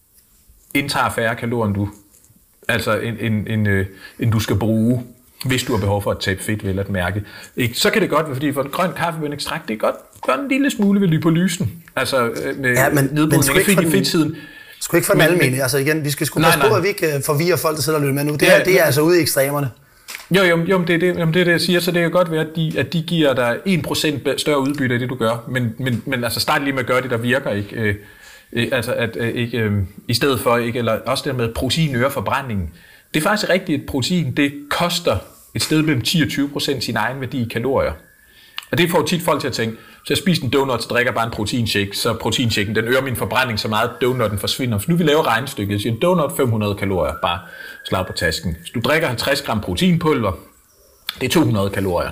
indtager færre kalorier, end du, altså end, end, end, øh, end du skal bruge, hvis du har behov for at tabe fedt, vel at mærke. Ikke? Så kan det godt være, fordi for en grøn kaffebønneekstrakt, det er godt, godt en lille smule ved lipolysen. Altså med ja, men, nedbrydning af fedt i fedtiden. Sgu ikke for den almindelige. Altså igen, vi skal sgu passe på, at vi ikke forvirrer folk, der sidder og lytter med nu. Det, det, er, det er altså ude i ekstremerne. Jo, jo, jo det, er det, jo, det er det, jeg siger, så det kan godt være, at de, at de giver dig en procent større udbytte af det, du gør. Men, men, men altså start lige med at gøre det, der virker, ikke? Øh, øh, altså at øh, ikke, øh, i stedet for, ikke? Eller også det med protein øger forbrændingen. Det er faktisk rigtigt, at protein, det koster et sted mellem ti og tyve procent sin egen værdi i kalorier. Og det får tit folk til at tænke, så jeg spiser en donut, så drikker jeg bare en proteinshake, så proteinshaken, den øger min forbrænding så meget, at donutten forsvinder. Så nu vil vi lave regnestykket, jeg siger en donut fem hundrede kalorier, bare slag på tasken. Hvis du drikker halvtreds gram proteinpulver, det er to hundrede kalorier.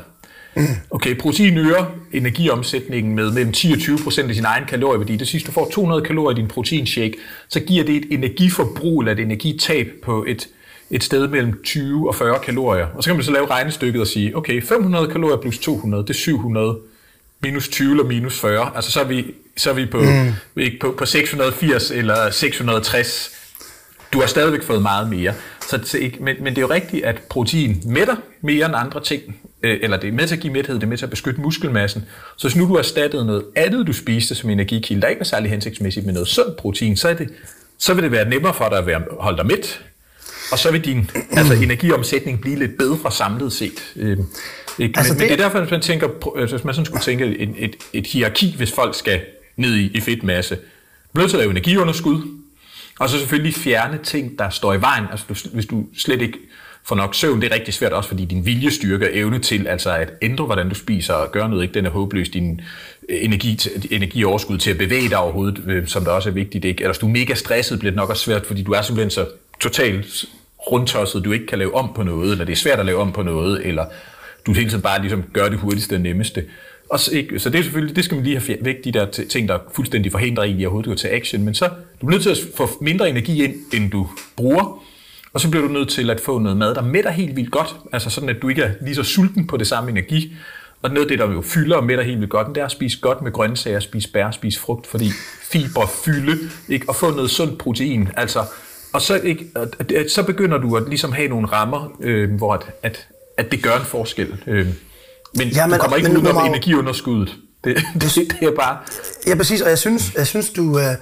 Okay, protein øger energiomsætningen med mellem ti og tyve procent af sin egen kalorieværdi. Det sidste, du får to hundrede kalorier i din proteinshake, så giver det et energiforbrug eller et energitab på et et sted mellem tyve og fyrre kalorier. Og så kan man så lave regnestykket og sige, okay, fem hundrede kalorier plus to hundrede, det er syv hundrede. Minus tyve eller minus fyrre. Altså så er vi, så er vi på, mm. ikke, på, på seks hundrede og firs eller seks hundrede og tres. Du har stadigvæk fået meget mere. Så, men, men det er jo rigtigt, at protein mætter mere end andre ting. Eller det er med til at give mæthed, det er med til at beskytte muskelmassen. Så hvis nu du har erstattet noget andet, du spiste som energikilde, der ikke er særlig hensigtsmæssigt med noget sundt protein, så, er det, så vil det være nemmere for dig at være, holde dig mæt. Og så vil din altså, energiomsætning blive lidt bedre samlet set. Øh, ikke? Altså men, det... men det er derfor, hvis man, tænker, altså, hvis man sådan skulle tænke et, et, et hierarki, hvis folk skal ned i, i fedtmasse. Du bliver nødt til at lave energiunderskud, og så selvfølgelig fjerne ting, der står i vejen. Altså, du, hvis du slet ikke får nok søvn, det er rigtig svært også, fordi din viljestyrke og evne til altså, at ændre, hvordan du spiser og gøre noget, ikke? Den er håbløs. Din energi, energioverskud til at bevæge dig overhovedet, øh, som der også er vigtigt. Ikke? Eller hvis du er mega stresset, bliver det nok også svært, fordi du er simpelthen så totalt rundtosset, du ikke kan lave om på noget, eller det er svært at lave om på noget, eller du hele tiden bare ligesom gør det hurtigste og nemmeste. Og så, ikke, så det er selvfølgelig, det skal man lige have væk, de der ting, der fuldstændig forhindrer en i at overhovedet gå til action, men så du er nødt til at få mindre energi ind, end du bruger, og så bliver du nødt til at få noget mad, der mætter helt vildt godt, altså sådan, at du ikke er lige så sulten på det samme energi, og noget af det, der jo fylder og mætter helt vildt godt, det er at spise godt med grøntsager, spise bær, spise frugt, fordi fiber fylde, ikke, og få noget sundt protein, altså. Og så, ikke, så begynder du at ligesom have nogle rammer, øh, hvor at, at, at det gør en forskel. Øh, men ja, men du kommer ikke men, ud af energiunderskuddet. Det, det, det er bare... Ja, præcis. Og jeg synes, jeg synes du... Øh,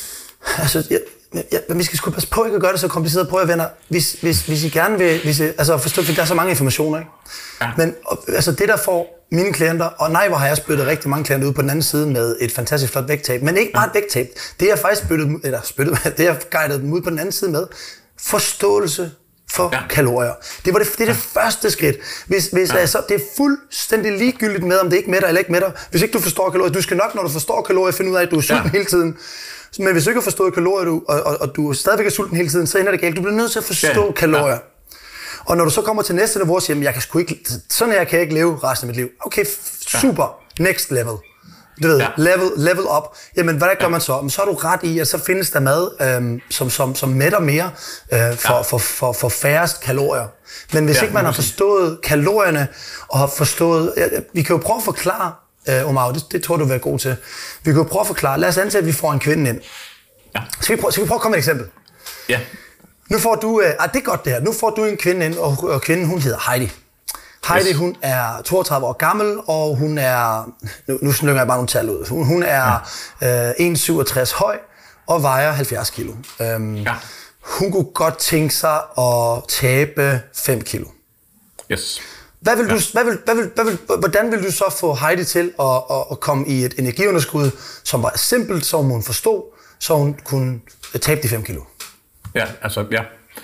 altså, jeg, jeg, vi skal sgu passe på ikke at gøre det så kompliceret. Prøv at venner. Hvis, hvis, hvis I gerne vil... Hvis I, altså forstå, for der er så mange informationer, ikke? Ja. Men altså, det, der får mine klienter... Og nej, hvor har jeg spyttet rigtig mange klienter ud på den anden side med et fantastisk flot vægttab. Men ikke bare et vægttab. Det er faktisk spyttet... Eller spyttet... Det er guidet dem ud på den anden side med. Forståelse for ja. kalorier. Det var det, det er det ja. første skridt. Hvis, hvis, ja. altså, det er fuldstændig ligegyldigt med, om det ikke mætter eller ikke mætter. Hvis ikke du forstår kalorier, du skal nok, når du forstår kalorier, finde ud af, at du er sulten ja. hele tiden. Men hvis du ikke har forstået kalorier, du, og, og, og du stadigvæk er sulten hele tiden, så ender det galt. Du bliver nødt til at forstå ja. kalorier. Ja. Og når du så kommer til næste niveau og siger, jeg kan sgu ikke, sådan her kan jeg ikke leve resten af mit liv. Okay, super, next level. du ved, ja. level, level up. Jamen, hvad gør ja. man så? Men så har du ret i, at så findes der mad, øhm, som, som, som mætter mere øh, for, ja. for, for, for, for færrest kalorier. Men hvis ja, ikke man har forstået kalorierne, og har forstået... Ja, vi kan jo prøve at forklare, øh, Omar, det, det tror du vil være god til. Vi kan jo prøve at forklare. Lad os antage, at vi får en kvinde ind. Ja. Skal, vi prøve, skal vi prøve at komme med et eksempel? Ja. Nu får du... Øh, ah, det er godt det her. Nu får du en kvinde ind, og, og kvinden, hun hedder Heidi. Heidi, yes. hun er toogtredive år gammel, og hun er... Nu, nu slynger jeg bare nogle tal ud. Hun, hun er ja. øh, en komma syvogtres høj og vejer halvfjerds kilo. Øhm, ja. Hun kunne godt tænke sig at tabe fem kilo. Yes. Hvad vil du, ja. hvad vil, hvad vil, hvad vil, hvordan vil du så få Heidi til at, at, at komme i et energiunderskud, som var simpelt, så hun forstod, så hun kunne tabe de fem kilo? Ja, altså, ja.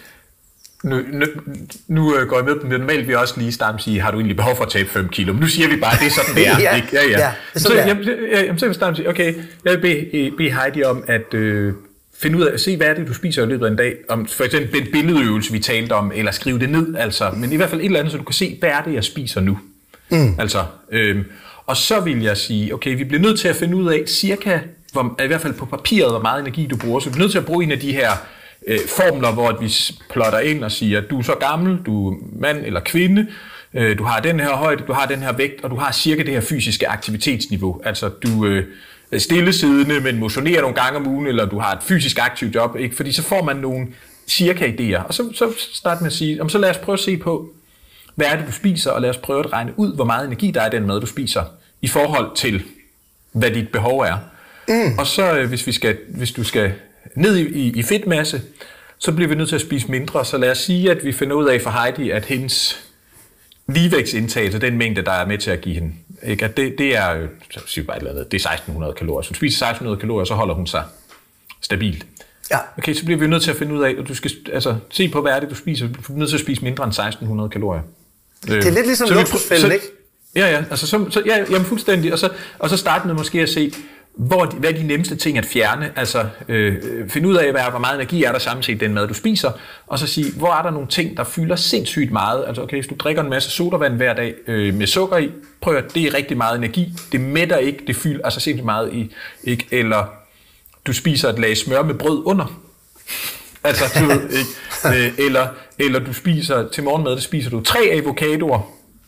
Nu, nu, nu går jeg med på, normalt vi også lige starte med at sige, har du egentlig behov for at tabe fem kilo? Men nu siger vi bare, at det er sådan, det er. ja, ikke? Ja, ja. ja det så, jeg, jeg, jeg, så vil jeg starte med at sige, okay, jeg vil bede, bede Heidi om at øh, finde ud af, at se, hvad er det, du spiser i løbet af en dag. Om for eksempel den billedøvelse, vi talte om, eller skrive det ned, altså. Men i hvert fald et eller andet, så du kan se, hvad er det, jeg spiser nu? Mm. Altså, øh, og så vil jeg sige, okay, vi bliver nødt til at finde ud af cirka, hvor, i hvert fald på papiret, hvor meget energi du bruger. Så vi er nødt til at bruge en af de her øh, formler, hvor vi plotter ind og siger, du er så gammel, du er mand eller kvinde, øh, du har den her højde, du har den her vægt, og du har cirka det her fysiske aktivitetsniveau. Altså, du øh, er stillesiddende, men motionerer nogle gange om ugen, eller du har et fysisk aktivt job, ikke? Fordi så får man nogle cirka idéer. Og så, så start med at sige, om så lad os prøve at se på, hvad er det, du spiser, og lad os prøve at regne ud, hvor meget energi der er i den mad, du spiser, i forhold til, hvad dit behov er. Mm. Og så, hvis, vi skal, hvis du skal ned i, i, i fedtmasse, så bliver vi nødt til at spise mindre. Så lad os sige, at vi finder ud af for Heidi, at hendes ligevægtsindtagelse, den mængde, der er med til at give hende, ikke? At det, det er, så siger bare et eller andet, det er seksten hundrede kalorier. Så hun spiser seksten hundrede kalorier, så holder hun sig stabilt. Ja. Okay, så bliver vi nødt til at finde ud af, at du skal altså, se på, hvad er det, du spiser. Du er nødt til at spise mindre end seksten hundrede kalorier. Det er lidt ligesom luksusfælden, ikke? Ja, ja, altså så, så ja, jamen fuldstændig, og så, og så starte med måske at se, hvor, hvad er de nemmeste ting at fjerne, altså øh, finde ud af, hvad, hvor meget energi er der samlet set den mad, du spiser, og så sige, hvor er der nogle ting, der fylder sindssygt meget, altså okay, hvis du drikker en masse sodavand hver dag øh, med sukker i, prøv at det er rigtig meget energi, det mætter ikke, det fylder altså sindssygt meget i, ikke, eller du spiser et lag smør med brød under, altså du ved, ikke, øh, eller, eller du spiser, til morgenmad, der spiser du tre avocadoer,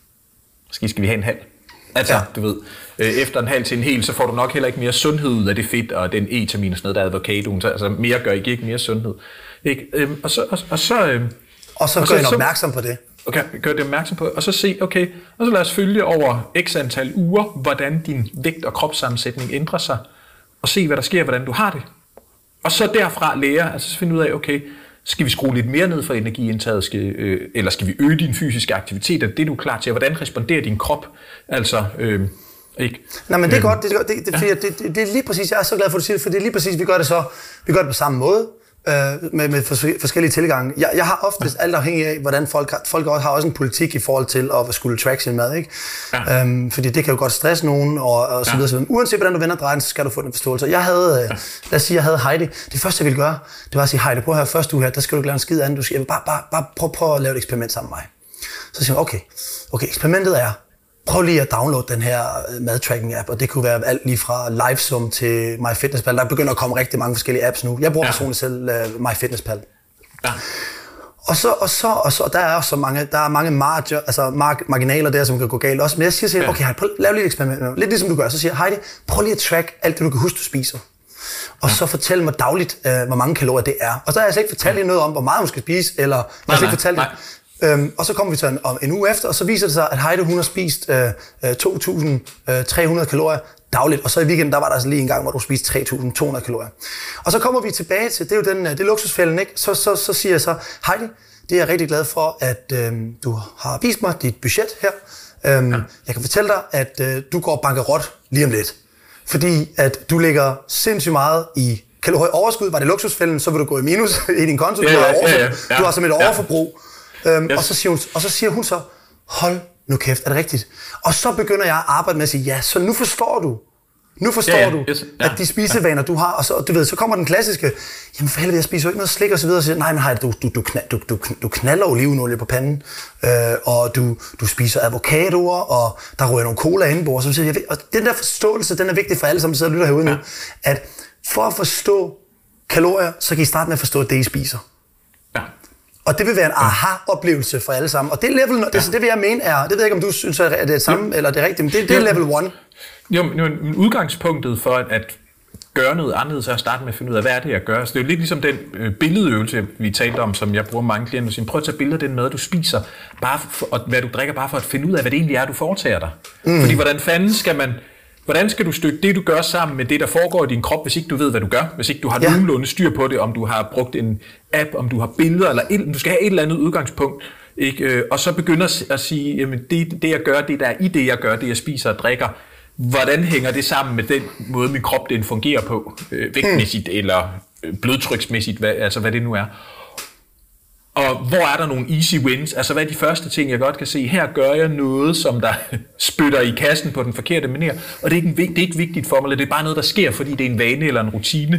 måske skal vi have en halv. Altså, ja. Du ved, øh, efter en halv til en hel, så får du nok heller ikke mere sundhed ud af det fedt og den E-termin og sådan noget, der er avocadoen. Så altså, mere gør ikke, ikke mere sundhed. Ikke? Øhm, og så... Og, og så, øhm, og så gør jeg opmærksom på det. Okay, gør det opmærksom på og så se, okay, og så lad os følge over x antal uger, hvordan din vægt og kropssammensætning ændrer sig, og se, hvad der sker, hvordan du har det. Og så derfra lære, altså så finde ud af, okay, skal vi skrue lidt mere ned for energiindtaget, skal, øh, eller skal vi øge din fysiske aktivitet? Er det, du er klar til? Hvordan responderer din krop? Altså, øh, ikke? Nej, men det er godt. Det er, godt. Det, det, ja. det, det, det er lige præcis, jeg er så glad for, at du siger det, for det er lige præcis, vi gør det så, vi gør det på samme måde, øh, med, med forskellige tilgange. Jeg, jeg har oftest ja. alt afhængig af, hvordan folk har, folk har også en politik i forhold til at skulle track sin mad, ikke? Ja. Øhm, fordi det kan jo godt stresse nogen, og, og så videre, ja. så videre. Uanset hvordan du vender drejen, så skal du få den forståelse. Jeg havde, øh, ja. lad os sige, jeg havde Heidi. Det første, jeg ville gøre, det var at sige, Heidi, prøv at høre, første uge her, der skal du ikke lave en skid andet. Du skal bare, bare, bare prøv, prøv at lave et eksperiment sammen med mig. Så siger jeg, okay, okay, eksperimentet er, prøv lige at downloade den her madtracking-app, og det kunne være alt lige fra LiveSum til MyFitnessPal. Der begynder at komme rigtig mange forskellige apps nu. Jeg bruger ja. personligt selv uh, MyFitnessPal. Ja. Og så, og så, og så, der er også så mange, der er mange marger, altså marg, marginaler der, som kan gå galt også. Men jeg siger til okay, Heidi, prøv, lav lige et eksperiment. Lidt ligesom du gør. Så siger Heidi, prøv lige at track alt det, du kan huske, du spiser. Og ja. så fortæl mig dagligt, uh, hvor mange kalorier det er. Og så har jeg altså ikke fortalt ja. noget om, hvor meget hun skal spise, eller jeg har altså ikke fortalt Øhm, og så kommer vi til en, en uge efter, og så viser det sig, at Heidi, hun har spist øh, to tusind tre hundrede kalorier dagligt, og så i weekenden, der var der altså lige en gang, hvor du spiste tre tusind to hundrede kalorier. Og så kommer vi tilbage til, det er jo den, det er luksusfælden, ikke? Så, så, så siger jeg så, Heidi, det er jeg rigtig glad for, at øh, du har vist mig dit budget her. Øhm, ja. Jeg kan fortælle dig, at øh, du går bankerot lige om lidt, fordi at du ligger sindssygt meget i kalorieoverskud. Var det luksusfælden, så vil du gå i minus i din konto, ja, du har, ja, ja, ja. Du har simpelthen et overforbrug. Øhm, yes. og, så siger hun, og så siger hun så, hold nu kæft, er det rigtigt? Og så begynder jeg at arbejde med at sige, ja, så nu forstår du, Nu forstår ja, ja, du, yes, ja, at de spisevaner, du har, og så, du ved, så kommer den klassiske, jamen for helvede, jeg spiser jo ikke noget slik og så videre, og så siger, nej, men hej, du, du, du, du, du, du knaller olivenolie på panden, øh, og du, du spiser avocadoer, og der ryger nogle cola indenbord, så siger jeg, og den der forståelse, den er vigtig for alle, som sidder og lytter herude nu, ja. At for at forstå kalorier, så kan I starte med at forstå det, I spiser. Ja. Og det vil være en aha-oplevelse for alle sammen. Og det level, ja. det, det vil jeg mene er, det ved jeg ikke, om du synes, at det er det samme, ja. Eller det er rigtigt, men det, det er level one. Jo, men udgangspunktet for at, at gøre noget anderledes er at starte med at finde ud af, hvad er det, jeg gør. Så det er jo lidt ligesom den øh, billedøvelse, vi talte om, som jeg bruger mange klienter. Så prøv at tage billeder af den mad, du spiser, bare for, og hvad du drikker, bare for at finde ud af, hvad det egentlig er, du foretager dig. Mm. Fordi hvordan fanden skal man... Hvordan skal du stykke det, du gør, sammen med det, der foregår i din krop, hvis ikke du ved, hvad du gør? Hvis ikke du har ja. nogenlunde styr på det, om du har brugt en app, om du har billeder, eller et, du skal have et eller andet udgangspunkt. Ikke? Og så begynder at sige, jamen det, det jeg gør, det der er i det, jeg gør, det jeg spiser og drikker, hvordan hænger det sammen med den måde, min krop den fungerer på, øh, vægtmæssigt mm. eller blodtryksmæssigt, hvad, altså hvad det nu er. Og hvor er der nogle easy wins? Altså hvad er de første ting, jeg godt kan se? Her gør jeg noget, som der spytter i kassen på den forkerte manér, og det er, ikke, det er ikke vigtigt for mig, det er bare noget, der sker, fordi det er en vane eller en rutine.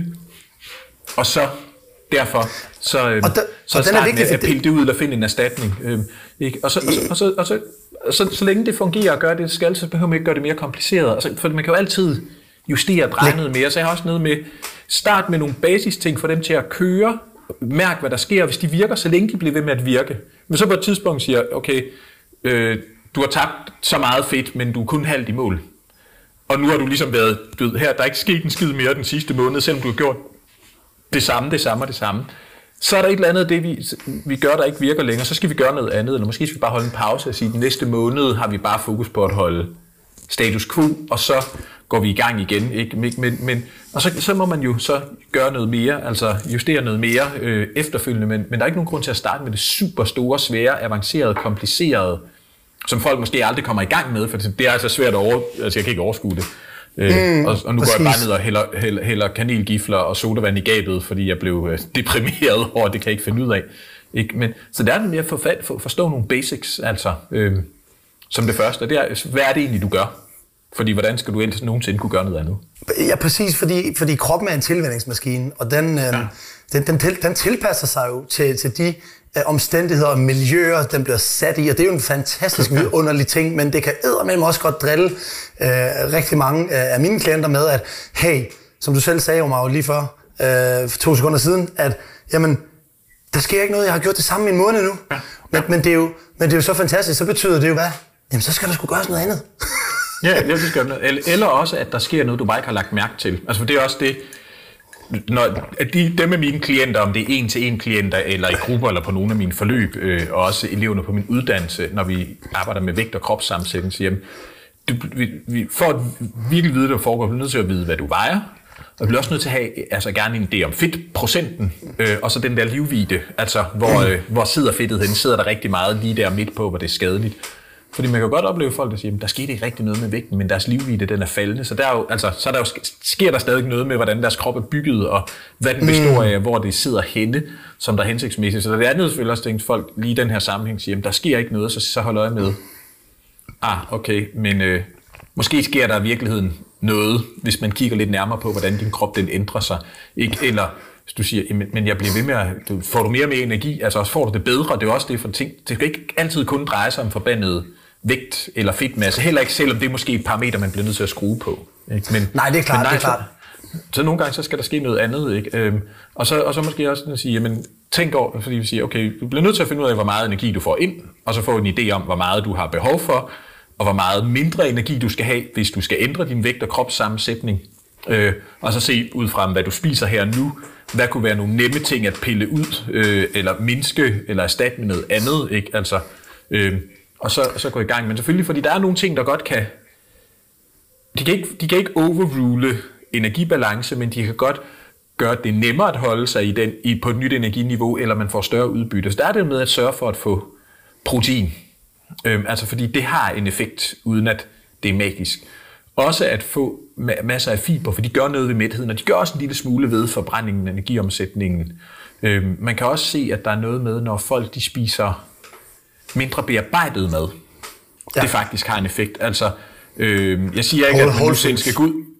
Og så derfor, så, øhm, der, så start med at pille det ud eller finde en erstatning. Øhm, ikke? Og, så, og, så, og, så, og, så, og så, så længe det fungerer og gør det, det skal, så behøver man ikke gøre det mere kompliceret. Altså, for man kan jo altid justere og dreje noget mere, så jeg har også noget med, start med nogle basisting for dem til at køre, mærk, hvad der sker, hvis de virker, så længe de bliver ved med at virke. Men så på et tidspunkt siger, okay, øh, du har tabt så meget fedt, men du er kun halvt i mål. Og nu har du ligesom været død her, der er ikke sket en skid mere den sidste måned, selvom du har gjort det samme, det samme og det samme. Så er der et eller andet af det, vi, vi gør, der ikke virker længere, så skal vi gøre noget andet, eller måske skal vi bare holde en pause og sige, den næste måned har vi bare fokus på at holde status quo, og så går vi i gang igen, ikke? Men, men, og så, så må man jo så gøre noget mere, altså justere noget mere øh, efterfølgende, men, men der er ikke nogen grund til at starte med det super store, svære, avancerede, komplicerede, som folk måske aldrig kommer i gang med, for det er altså svært at over, altså jeg kan ikke overskue det. Øh, mm, og, og nu præcis. Går jeg bare ned og hælder, hælder, hælder kanelgifler og sodavand i gabet, fordi jeg blev øh, deprimeret over, det kan jeg ikke finde ud af. Ikke? Men, så der er det mere at for, for, forstå nogle basics, altså, øh, som det første. Det er, hvad er det egentlig, du gør? Fordi hvordan skal du ellers nogensinde kunne gøre noget andet? Ja, præcis, fordi, fordi kroppen er en tilvændingsmaskine, og den, ja. øh, den, den, til, den tilpasser sig jo til, til de øh, omstændigheder og miljøer, den bliver sat i, og det er jo en fantastisk vidunderlig ting, men det kan eddermame også godt drille øh, rigtig mange øh, af mine klienter med, at hey, som du selv sagde, Omar, lige før, øh, for to sekunder siden, at jamen, der sker ikke noget, jeg har gjort det samme i en måned nu, ja. men, men, det er jo, men det er jo så fantastisk, så betyder det jo hvad? Jamen, så skal der sgu gøres noget andet. Ja, det skal noget. Eller også, at der sker noget, du bare ikke har lagt mærke til. Altså, for det er også det, når at de, dem af mine klienter, om det er en-til-en klienter, eller i grupper, eller på nogle af mine forløb, øh, og også eleverne på min uddannelse, når vi arbejder med vægt- og kropssammensætning, siger, du, vi, vi, for at virkelig vide, hvad der foregår, bliver nødt til at vide, hvad du vejer, og vi bliver også nødt til at have altså, gerne en idé om fedtprocenten, øh, og så den der livvide, altså hvor, øh, hvor sidder fedtet hen, sidder der rigtig meget lige der midt på, hvor det er skadeligt. Fordi man kan jo godt opleve folk, der siger, at der skete ikke rigtig noget med vægten, men deres livvide, den er faldende. Så, der er jo, altså, så er der jo, sker der stadig noget med, hvordan deres krop er bygget, og hvad den består af, hvor det sidder henne, som der er hensigtsmæssigt. Så det er andet selvfølgelig også, at folk lige i den her sammenhæng siger, at der sker ikke noget, så, så hold øje med, ah, okay, men øh, måske sker der i virkeligheden noget, hvis man kigger lidt nærmere på, hvordan din krop den ændrer sig. Ikke? Eller hvis du siger, men jeg bliver ved med at, får du mere og mere energi, altså også får du det bedre, det er også det for ting. Det skal ikke altid kun dreje sig om forbandet vægt eller fedtmasse, heller ikke selvom det er måske et parameter, man bliver nødt til at skrue på. Ikke? Men, nej, det er klart, nej, det er klart. Så, så nogle gange så skal der ske noget andet, ikke? Øhm, og, så, og så måske også at sige, jamen tænk over, fordi vi siger, okay, du bliver nødt til at finde ud af, hvor meget energi du får ind, og så få en idé om, hvor meget du har behov for, og hvor meget mindre energi du skal have, hvis du skal ændre din vægt- og kropssammensætning. Øh, og så se ud fra, hvad du spiser her nu, hvad kunne være nogle nemme ting at pille ud, øh, eller mindske, eller erstatte med noget andet, ikke? Altså, øh, og så, så gå i gang. Men selvfølgelig, fordi der er nogle ting, der godt kan, de kan ikke, de kan ikke overrule energibalance, men de kan godt gøre det nemmere at holde sig i den, i, på et nyt energiniveau, eller man får større udbytte. Så der er det med at sørge for at få protein. Øh, altså fordi det har en effekt, uden at det er magisk. Også at få masser af fiber, for de gør noget ved mætheden, og de gør også en lille smule ved forbrændingen, energiomsætningen. Øh, man kan også se, at der er noget med, når folk de spiser mindre bearbejdet mad. Ja. Det faktisk har en effekt. Altså, øh, jeg siger ikke, at man nu skal gå ud.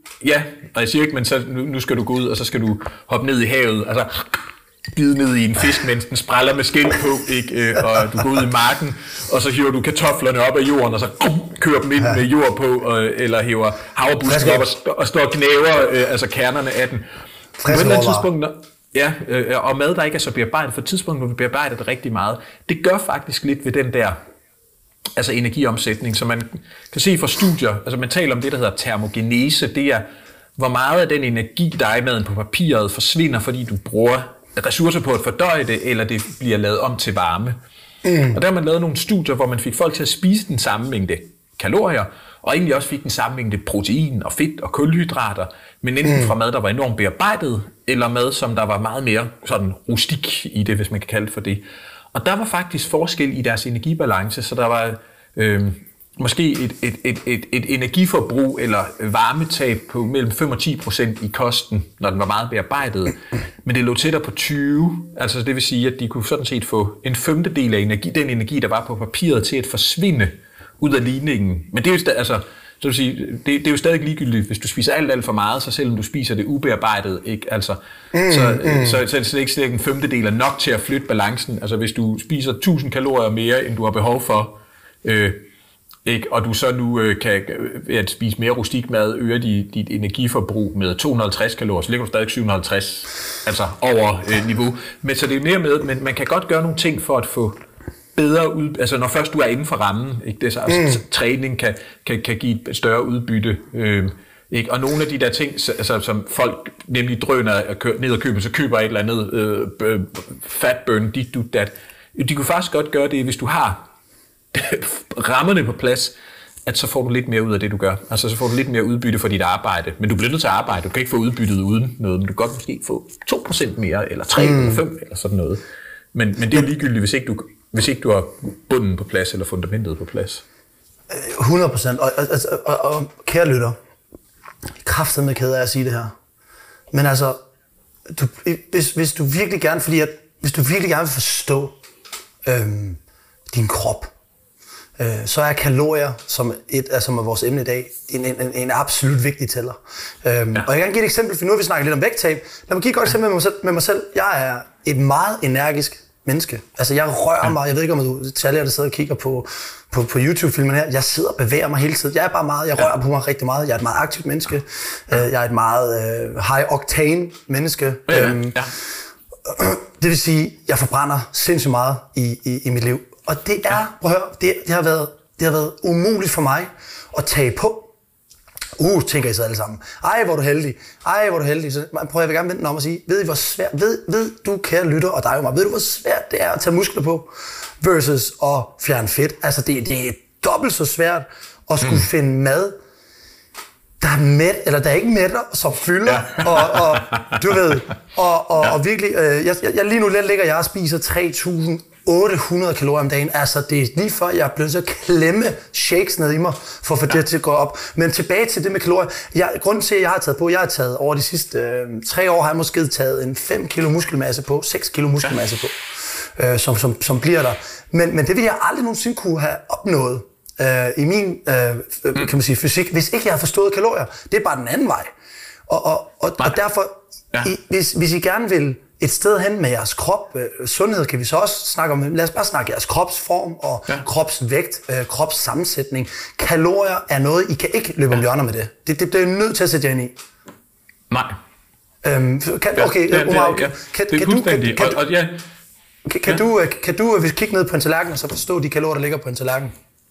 Ja, og jeg siger ikke, men så, nu, nu skal du gå ud, og så skal du hoppe ned i havet, altså bide ned i en fisk, mens den spræller med skind på, ikke? Og du går ud i marken, og så hiver du kartoflerne op af jorden, og så kører dem ind med jord på, og, eller hiver havrebusken op og, og står og knæver øh, altså kernerne af den. På et eller andet tidspunkt, når, ja, øh, og mad, der ikke er så bearbejdet, for et tidspunkt, hvor vi bearbejder det rigtig meget, det gør faktisk lidt ved den der altså energiomsætning, så man kan se fra studier, altså man taler om det, der hedder termogenese, det er, hvor meget af den energi, der er i maden på papiret, forsvinder, fordi du bruger ressourcer på at fordøje det, eller det bliver lavet om til varme. Mm. Og der har man lavet nogle studier, hvor man fik folk til at spise den samme mængde kalorier, og egentlig også fik den samme mængde protein og fedt og kulhydrater, men enten fra mad, der var enormt bearbejdet, eller mad, som der var meget mere sådan rustik i det, hvis man kan kalde det for det. Og der var faktisk forskel i deres energibalance, så der var øh, måske et, et, et, et, et energiforbrug eller varmetab på mellem fem og ti procent i kosten, når den var meget bearbejdet. Men det lå tættere på tyve, altså det vil sige, at de kunne sådan set få en femtedel af energi, den energi, der var på papiret, til at forsvinde ud af ligningen. Men det er jo stadig, altså, så vil sige, det, det er jo stadig ligegyldigt, hvis du spiser alt, alt for meget, så selvom du spiser det ubearbejdet, ikke? Altså, mm, så, mm. Så, så, så er det ikke slet en femtedel er nok til at flytte balancen. Altså hvis du spiser tusind kalorier mere, end du har behov for, øh, ikke? Og du så nu øh, kan ved at spise mere rustik mad, øger dit, dit energiforbrug med to hundrede og halvtreds kalorier, så ligger du stadig syv hundrede og halvtreds, altså over øh, niveau. Men så det er mere med, men man kan godt gøre nogle ting for at få bedre ud, altså når først du er inden for rammen, ikke? Det er så, altså, mm. træning kan, kan, kan give et større udbytte, øh, ikke? Og nogle af de der ting, altså, som folk nemlig drøner ned og køber, så køber et eller andet øh, fat burn, dit, du, dat. De kunne faktisk godt gøre det, hvis du har rammerne på plads, at så får du lidt mere ud af det, du gør. Altså så får du lidt mere udbytte for dit arbejde. Men du bliver nødt til at arbejde. Du kan ikke få udbyttet uden noget, men du kan godt måske få to procent mere, eller tre mm. eller fem eller sådan noget. Men, men det er jo ligegyldigt, hvis ikke du, hvis ikke du har bunden på plads, eller fundamentet på plads. hundrede procent. Og, og, og, og kære lytter, kraftedeme ked af at sige det her. Men altså, du, hvis, hvis du virkelig gerne, fordi at, hvis du virkelig gerne vil forstå øhm, din krop, øh, så er kalorier, som, et, altså, som er vores emne i dag, en, en, en absolut vigtig tæller. Øhm, ja. Og jeg kan give et eksempel, for nu har vi snakket lidt om vægttab. Lad mig give et godt eksempel med mig, selv, med mig selv. Jeg er et meget energisk menneske. Altså, jeg rører ja. mig. Jeg ved ikke, om du taler, der sidder og kigger på, på, på YouTube-filmen her. Jeg sidder og bevæger mig hele tiden. Jeg er bare meget, jeg rører ja. på mig rigtig meget. Jeg er et meget aktivt menneske. Ja. Jeg er et meget uh, high-octane menneske. Ja, ja. Øhm, ja. Det vil sige, jeg forbrænder sindssygt meget i, i, i mit liv. Og det er, prøv at høre, det, det, har været, det har været umuligt for mig at tage på. Uh, tænker I så alle sammen. Ej, hvor er du heldig. Ej, hvor er du heldig. Så prøv, jeg vil gerne vente den om og sige, ved I, hvor svært, ved, ved du, kære lytter, og dig og mig, ved du, hvor svært det er at tage muskler på, versus at fjerne fedt? Altså, det, det er dobbelt så svært at skulle mm. finde mad, der er mæt, eller der er ikke mætter, som fylder, ja. og, og du ved, og, og, ja. og virkelig, øh, jeg, jeg, lige nu ligger jeg og spiser tre tusind otte hundrede kalorier om dagen. Altså, det er lige før, jeg er blevet så klemme shakes ned i mig, for at få ja. det til at gå op. Men tilbage til det med kalorier. Jeg, grunden til, at jeg har taget på, jeg har taget over de sidste øh, tre år, har jeg måske taget en fem kilo muskelmasse på, seks kilo muskelmasse på, øh, som, som, som bliver der. Men, men det ville jeg aldrig nogensinde kunne have opnået øh, i min øh, mm. kan man sige, fysik, hvis ikke jeg har forstået kalorier. Det er bare den anden vej. Og, og, og, og derfor, ja. I, hvis, hvis I gerne vil et sted hen med jeres krop, øh, sundhed kan vi så også snakke om, lad os bare snakke jeres kropsform og ja. kropsvægt, øh, kropssammensætning. Kalorier er noget, I kan ikke løbe om hjørner med det. Det, det bliver I nødt til at sætte jer ind i. Nej. Øhm, kan, okay, ja, Omar, kan, kan, kan, kan du, kan, kan, og, og, ja. kan, kan, ja. du, kan du, hvis kigge ned på en tallerken, og så forstå de kalorier, der ligger på en tallerken?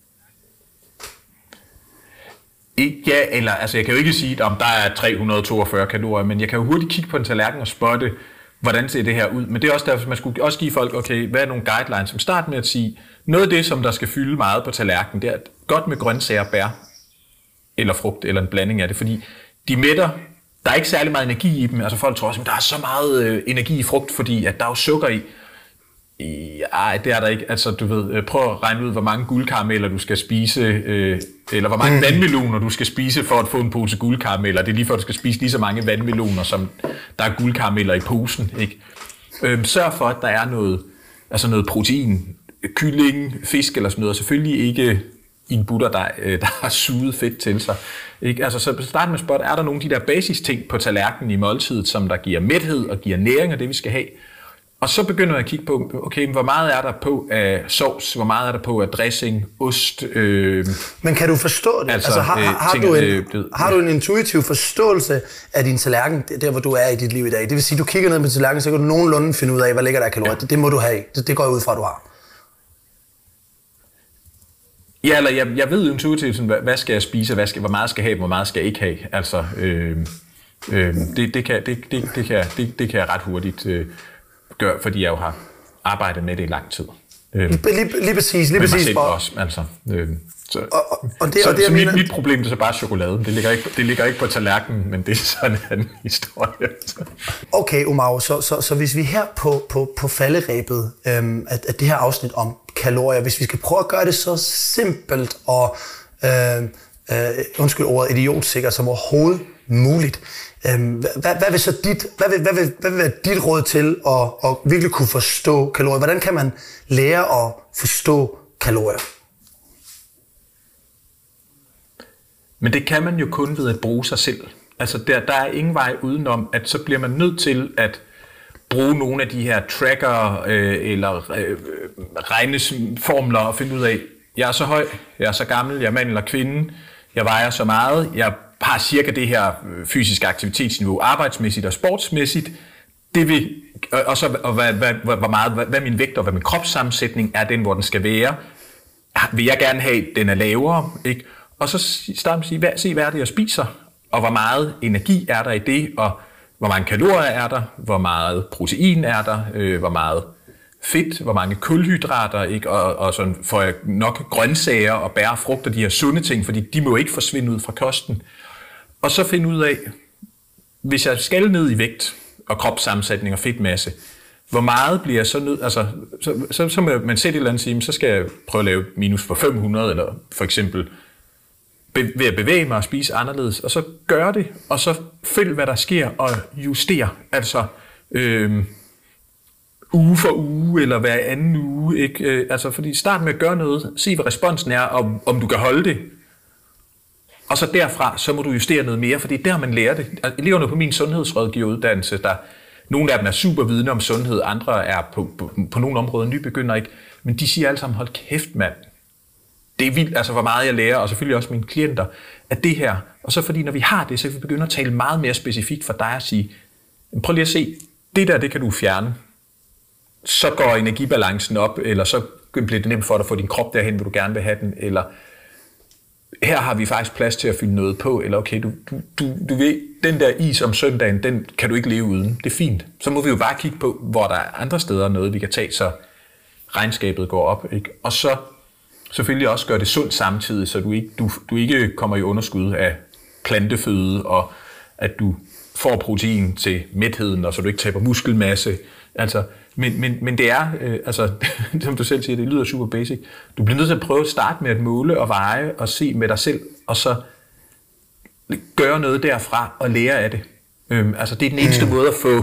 Ja, eller, altså jeg kan jo ikke sige, om der er tre hundrede og toogfyrre kalorier, men jeg kan jo hurtigt kigge på en tallerken og spotte, hvordan ser det her ud. Men det er også derfor, man skulle også give folk, okay, hvad er nogle guidelines, som start med at sige, noget af det, som der skal fylde meget på tallerkenen, det er godt med grøntsager, bær, eller frugt, eller en blanding af det, fordi de mætter, der er ikke særlig meget energi i dem. Altså folk tror også, at der er så meget øh, energi i frugt, fordi at der er jo sukker i. Nej, det er der ikke. Altså, du ved, prøv at regne ud, hvor mange guldkarameller du skal spise, øh, eller hvor mange mm. vandmeloner du skal spise for at få en pose guldkarameller. Det er lige for, at du skal spise lige så mange vandmeloner, som der er guldkarameller i posen, ikke? Øh, sørg for, at der er noget, altså noget protein, kylling, fisk eller sådan noget. Selvfølgelig ikke i en butterdej, der har suget fedt til sig. Ikke? Altså, så start med spot, er der nogle af de der basis ting på tallerkenen i måltidet, som der giver mæthed og giver næring af det, vi skal have. Og så begynder jeg at kigge på, okay, hvor meget er der på af sovs, hvor meget er der på af dressing, ost. Øh, Men kan du forstå det? Altså, altså har, har, ting, du en, øh, det, har du en intuitiv forståelse af din tallerken, der hvor du er i dit liv i dag? Det vil sige, du kigger ned på tallerkenen, så kan du nogenlunde finde ud af, hvad ligger der af kalorier. Ja. Det, det må du have. Det, det går jeg ud fra, at du har. Ja, eller jeg, jeg ved intuitivt, hvad, hvad skal jeg spise, hvad skal, hvor meget skal jeg have, hvor meget skal jeg ikke have. Altså, øh, øh, det, det, kan, det, det, det, kan, det, det kan jeg ret hurtigt øh, gøre, fordi jeg jo har arbejdet med det i lang tid. Øh, lige, lige præcis, lige præcis. Selv også, altså. Øh, så og, og, og det, så, og det, så mit, mit problem det er så bare chokolade. Det ligger ikke, det ligger ikke på tallerkenen, men det er sådan en anden historie. Okay, Omar, så, så, så hvis vi her på, på, på falderæbet, øhm, at, at det her afsnit om kalorier, hvis vi skal prøve at gøre det så simpelt og, øh, øh, undskyld ordet, idiotsikkert som overhovedet muligt, øhm, hvad, hvad vil så dit, hvad vil, hvad vil, hvad vil være dit råd til at, at virkelig kunne forstå kalorier? Hvordan kan man lære at forstå kalorier? Men det kan man jo kun ved at bruge sig selv. Altså der, der er ingen vej udenom, at så bliver man nødt til at bruge nogle af de her tracker øh, eller øh, regneformler og finde ud af, jeg er så høj, jeg er så gammel, jeg er mand eller kvinde, jeg vejer så meget, jeg har cirka det her fysiske aktivitetsniveau arbejdsmæssigt og sportsmæssigt. Det vil, og så og hvad, hvad, hvor meget, hvad, hvad min vægt og hvad min kropssammensætning er den, hvor den skal være. Vil jeg gerne have, den er lavere, ikke? Og så starte med at sige, hvad, se, hvad er det, jeg spiser, og hvor meget energi er der i det, og hvor mange kalorier er der, hvor meget protein er der, øh, hvor meget fedt, hvor mange kulhydrater, ikke? Og, og sådan får jeg nok grøntsager og bær og frugter, de her sunde ting, fordi de må ikke forsvinde ud fra kosten. Og så finde ud af, hvis jeg skal ned i vægt og kropssammensætning og fedtmasse, hvor meget bliver jeg så nødt, altså så, så, så må man sætte et eller andet sige, så skal jeg prøve at lave minus for fem hundrede, eller for eksempel ved at bevæge mig og spise anderledes, og så gør det, og så følg, hvad der sker, og justere, altså øh, uge for uge, eller hver anden uge, ikke? Øh, altså, fordi start med at gøre noget, se hvad responsen er, og om du kan holde det, og så derfra, så må du justere noget mere, for det er der, man lærer det. Altså, eleverne på min sundhedsrådgiveruddannelse, der nogle af dem er super vidne om sundhed, andre er på, på, på nogle områder nybegynder ikke, men de siger alle sammen, hold kæft mand, det er vildt, altså hvor meget jeg lærer, og selvfølgelig også mine klienter, at det her, og så fordi når vi har det, så kan vi begynde at tale meget mere specifikt for dig at sige, prøv lige at se, det der, det kan du fjerne, så går energibalancen op, eller så bliver det nemt for dig at få din krop derhen, hvor du gerne vil have den, eller her har vi faktisk plads til at fylde noget på, eller okay, du, du, du, du ved, den der is om søndagen, den kan du ikke leve uden, det er fint. Så må vi jo bare kigge på, hvor der er andre steder noget, vi kan tage, så regnskabet går op, ikke? Og så selvfølgelig også gøre det sundt samtidig, så du ikke, du, du ikke kommer i underskud af planteføde, og at du får protein til mætheden, og så du ikke taber muskelmasse. Altså, men, men, men det er, øh, altså, som du selv siger, det lyder super basic. Du bliver nødt til at prøve at starte med at måle og veje og se med dig selv, og så gøre noget derfra og lære af det. Øhm, altså, det er den eneste mm. måde at få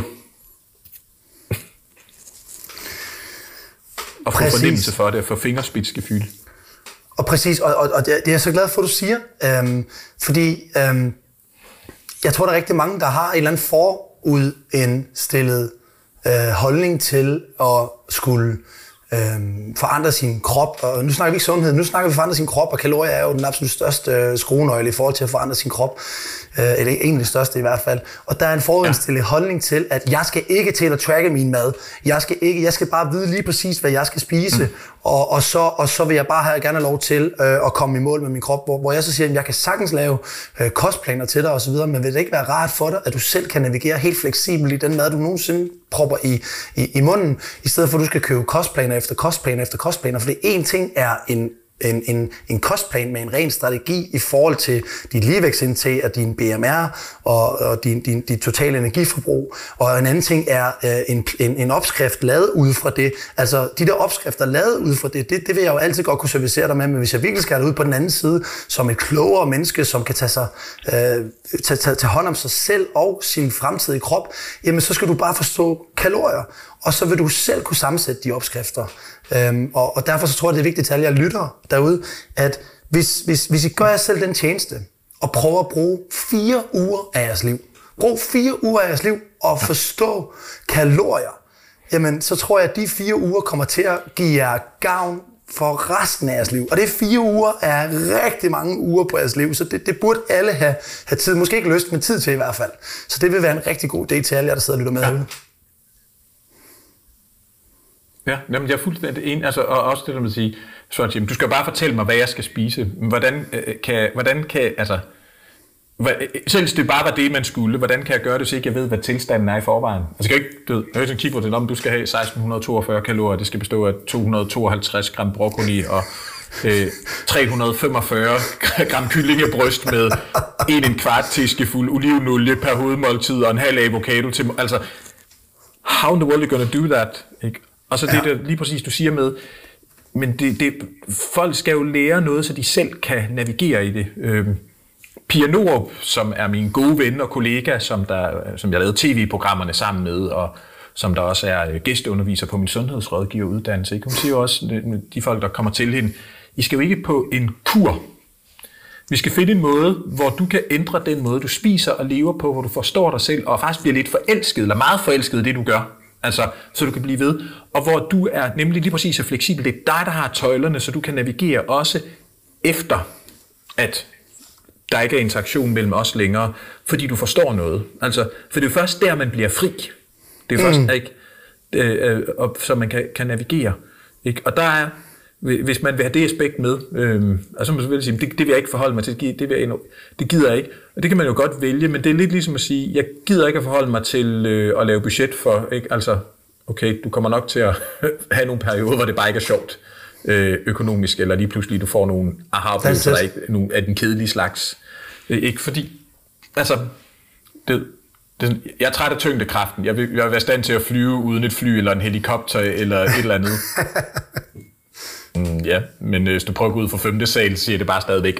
at få fornemmelse for det, at få fingerspidsgefühl. Og præcis, og, og, og det er jeg så glad for, at du siger, øhm, fordi øhm, jeg tror, der er rigtig mange, der har en eller anden forudstillet øh, holdning til at skulle øh, forandre sin krop. Og nu snakker vi ikke sundhed, nu snakker vi forandre sin krop, og kalorier er jo den absolut største øh, skruenøgle i forhold til at forandre sin krop. Øh, eller en af de største i hvert fald. Og der er en forudstillet ja. holdning til, at jeg skal ikke til at tracke min mad. Jeg skal ikke, jeg skal bare vide lige præcis, hvad jeg skal spise. Mm. Og, og, så, og så vil jeg bare have gerne lov til øh, at komme i mål med min krop, hvor, hvor jeg så siger, at jeg kan sagtens lave øh, kostplaner til dig osv., men vil det ikke være rart for dig, at du selv kan navigere helt fleksibelt i den mad, du nogensinde propper i, i, i munden, i stedet for at du skal købe kostplaner efter kostplaner efter kostplaner, for det en ting er en En, en, en kostplan med en ren strategi i forhold til dit ligevægtsindtag og din B M R og, og din, din, din totale energiforbrug. Og en anden ting er øh, en, en, en opskrift lavet ud fra det. Altså de der opskrifter lavet ud fra det, det, det vil jeg jo altid godt kunne servicere dig med, men hvis jeg virkelig skal have det ud på den anden side, som et klogere menneske, som kan tage, sig, øh, tage, tage, tage hånd om sig selv og sin fremtidige krop, jamen så skal du bare forstå kalorier. Og så vil du selv kunne sammensætte de opskrifter. Øhm, og, og derfor så tror jeg, det er vigtigt til alle jer lyttere derude, at hvis, hvis, hvis I gør jer selv den tjeneste, og prøver at bruge fire uger af jeres liv, brug fire uger af jeres liv og forstå kalorier, jamen så tror jeg, at de fire uger kommer til at give jer gavn for resten af jeres liv. Og det er fire uger er rigtig mange uger på jeres liv, så det, det burde alle have, have tid, måske ikke lyst, men tid til i hvert fald. Så det vil være en rigtig god idé til alle jer, der sidder og lytter med ja. herude. Ja, jamen jeg er fuldstændig enig, altså, og også det, der vil sige, så, Jim, du skal bare fortælle mig, hvad jeg skal spise. Hvordan øh, kan, hvordan kan, altså, selv hvis det bare var det, man skulle, hvordan kan jeg gøre det, så ikke jeg ved, hvad tilstanden er i forvejen? Altså, jeg kan ikke, du ved, jeg kan kigge på det, om du skal have seksten toogfyrre kalorier, det skal bestå af to hundrede tooghalvtreds gram broccoli og øh, tre hundrede femogfyrre gram kyllingebryst med en, en kvart teskefuld olivenolie per hovedmåltid og en halv avocado til, altså, how in the world are you gonna do that? Ikke? Og så det, ja. der lige præcis du siger med, men det, det, folk skal jo lære noget, så de selv kan navigere i det. Øhm, Pia Norup, som er min gode ven og kollega, som, der, som jeg lavede tv-programmerne sammen med, og som der også er gæsteunderviser på min sundhedsrådgiveruddannelse. Hun siger jo også, de folk, der kommer til hende, I skal jo ikke på en kur. Vi skal finde en måde, hvor du kan ændre den måde, du spiser og lever på, hvor du forstår dig selv, og faktisk bliver lidt forelsket, eller meget forelsket i det, du gør. Altså, så du kan blive ved. Og hvor du er nemlig lige præcis så fleksibel. Det er dig, der har tøjlerne, så du kan navigere også efter, at der ikke er interaktion mellem os længere, fordi du forstår noget. Altså, for det er jo først der, man bliver fri. Det er først, mm. ikke, øh, øh, så man kan, kan navigere. Ikke? Og der er, hvis man vil have det aspekt med, øh, altså man vil sige, det, det vil jeg ikke forholde mig til, det, vil jeg, det gider jeg ikke. Og det kan man jo godt vælge, men det er lidt ligesom at sige, jeg gider ikke at forholde mig til øh, at lave budget for, ikke? Altså, okay, du kommer nok til at have nogle perioder, hvor det bare ikke er sjovt øh, økonomisk, eller lige pludselig du får nogle aha-oplevelser, der ikke nogle af den kedelige slags. Øh, ikke fordi, altså, det, det, jeg er træt af tyngdekraften. Jeg vil, jeg vil være i stand til at flyve uden et fly, eller en helikopter, eller et eller andet. Mm, ja, men hvis du prøver at gå ud fra femte sal, så siger det bare stadigvæk.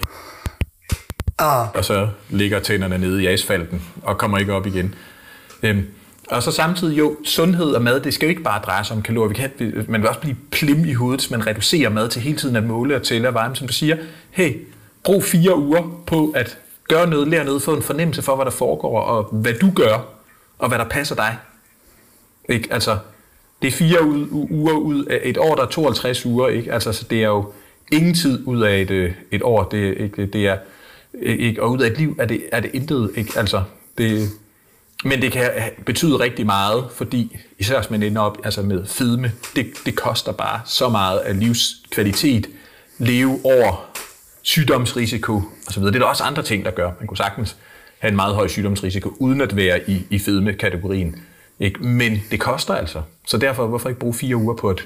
Ah. Og så ligger tænderne nede i asfalten, og kommer ikke op igen. Øhm, og så samtidig jo, sundhed og mad, det skal jo ikke bare dreje sig om kalorier. Vi kan, man vil også blive plim i hovedet, hvis man reducerer mad til hele tiden at måle og tælle og veje. Som du siger, hey, brug fire uger på at gøre noget, lære noget, få en fornemmelse for, hvad der foregår, og hvad du gør, og hvad der passer dig. Ikke? Altså, det er fire uger ud af et år, der er tooghalvtreds uger, ikke? Altså, så det er jo ingen tid ud af et, et år, det, ikke? Det er, ikke? Og ud af et liv er det, er det intet, ikke? Altså, det, men det kan betyde rigtig meget, fordi især hvis man ender op altså med fedme, det, det koster bare så meget af livskvalitet, leve over sygdomsrisiko osv. Det er der også andre ting, der gør. Man kunne sagtens have en meget høj sygdomsrisiko, uden at være i, i fedme-kategorien. Ikke? Men det koster altså. Så derfor, hvorfor ikke bruge fire uger på et?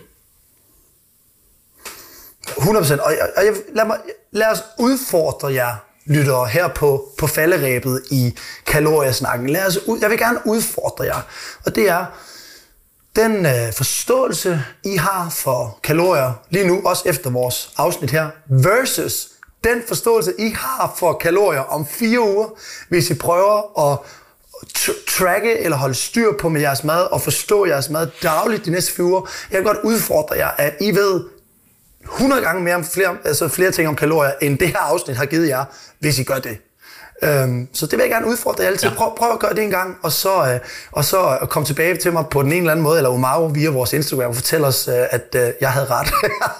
hundrede procent. Og, og jeg, lad, mig, lad os udfordre jer, lyttere, her på, på falderæbet i kaloriesnakken. Lad os, jeg vil gerne udfordre jer. Og det er den øh, forståelse, I har for kalorier lige nu, også efter vores afsnit her, versus den forståelse, I har for kalorier om fire uger, hvis I prøver at tracke eller holde styr på med jeres mad og forstå jeres mad dagligt de næste fire uger. Jeg kan godt udfordre jer, at I ved hundrede gange mere om flere, altså flere ting om kalorier, end det her afsnit har givet jer, hvis I gør det. Um, så det vil jeg gerne udfordre jer altid. Ja. Prøv, prøv at gøre det en gang, og så, uh, og så uh, kom tilbage til mig på den ene eller anden måde, eller Omaro via vores Instagram, og fortæl os, uh, at uh, jeg havde ret.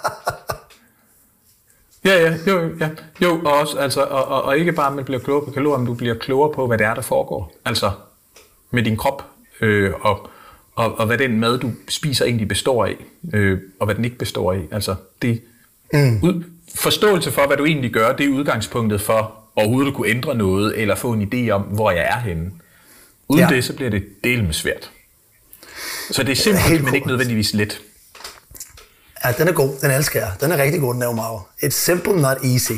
Ja, ja, jo, ja. Jo, og, også, altså, og, og, og ikke bare, at man bliver klogere på kalorier, men du bliver klogere på, hvad det er, der foregår. Altså med din krop, øh, og, og, og hvad den mad, du spiser, egentlig består af, øh, og hvad den ikke består af. Altså det mm. ud, forståelse for, hvad du egentlig gør, det er udgangspunktet for overhovedet at kunne ændre noget, eller få en idé om, hvor jeg er henne. Uden ja. det, så bliver det delvis svært. Så det er simpelthen, men ikke nødvendigvis let. Ja, den er god. Den elsker jeg. Den er rigtig god, den er Omaro. It's simple, not easy.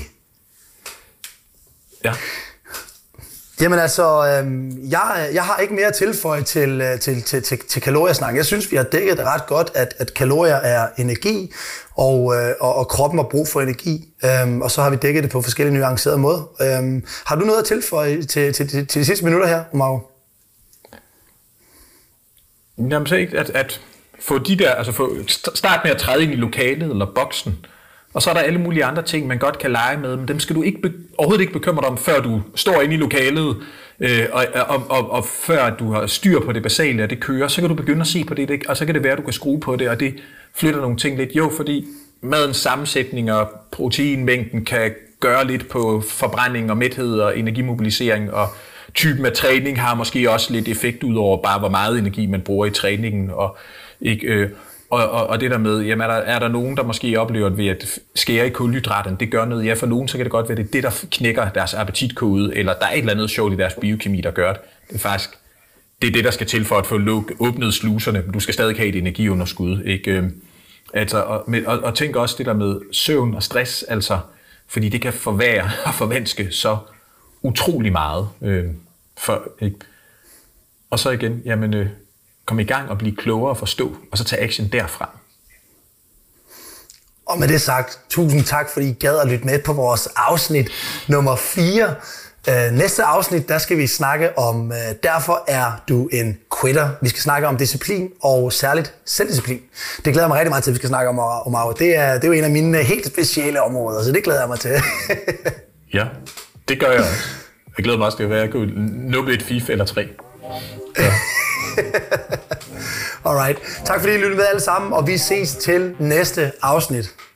Ja. Jamen altså, øh, jeg, jeg har ikke mere at tilføje til, til, til, til, til kaloriesnak. Jeg synes, vi har dækket det ret godt, at, at kalorier er energi, og, øh, og, og kroppen har brug for energi. Øhm, og så har vi dækket det på forskellige nuancerede måder. Øhm, har du noget at tilføje til, til, til, til de sidste minutter her, Omaro? Jamen så ikke, at... at få de der, altså få, start med at træde ind i lokalet eller boksen, Og så er der alle mulige andre ting, man godt kan lege med, men dem skal du ikke be- overhovedet ikke bekymre dig om, før du står inde i lokalet, øh, og, og, og, og før du har styr på det basale, og det kører, så kan du begynde at se på det, det, og så kan det være, at du kan skrue på det, og det flytter nogle ting lidt. Jo, fordi madens sammensætning og proteinmængden kan gøre lidt på forbrænding og mæthed og energimobilisering, og typen af træning har måske også lidt effekt ud over bare, hvor meget energi man bruger i træningen, og ikke... Øh, Og, og, og det der med, jamen er der, er der nogen, der måske oplever ved at skære i kulhydraterne, det gør noget. Ja, for nogen, så kan det godt være, det er det, der knækker deres appetitkode, eller der er et eller andet sjovt i deres biokemi, der gør det. Det er faktisk, det er det, der skal til for at få luk, åbnet sluserne. Du skal stadig have et energiunderskud, ikke? Altså, og, og, og tænk også det der med søvn og stress, altså, fordi det kan forværre og forvanske så utrolig meget. Øh, for, ikke? Og så igen, jamen... Øh, komme i gang og blive klogere og forstå, og så tage action derfra. Og med det sagt, tusind tak, fordi I gad at lytte med på vores afsnit nummer fire. Øh, næste afsnit, der skal vi snakke om, øh, derfor er du en quitter. Vi skal snakke om disciplin, og særligt selvdisciplin. Det glæder jeg mig rigtig meget til, at vi skal snakke om, om det, er, det er jo en af mine helt specielle områder, så det glæder jeg mig til. Ja, det gør jeg også. Jeg glæder mig også til at være, at jeg kunne nuppe et fif eller tre. Ja. Alright. Tak fordi I lyttede med alle sammen, og vi ses til næste afsnit.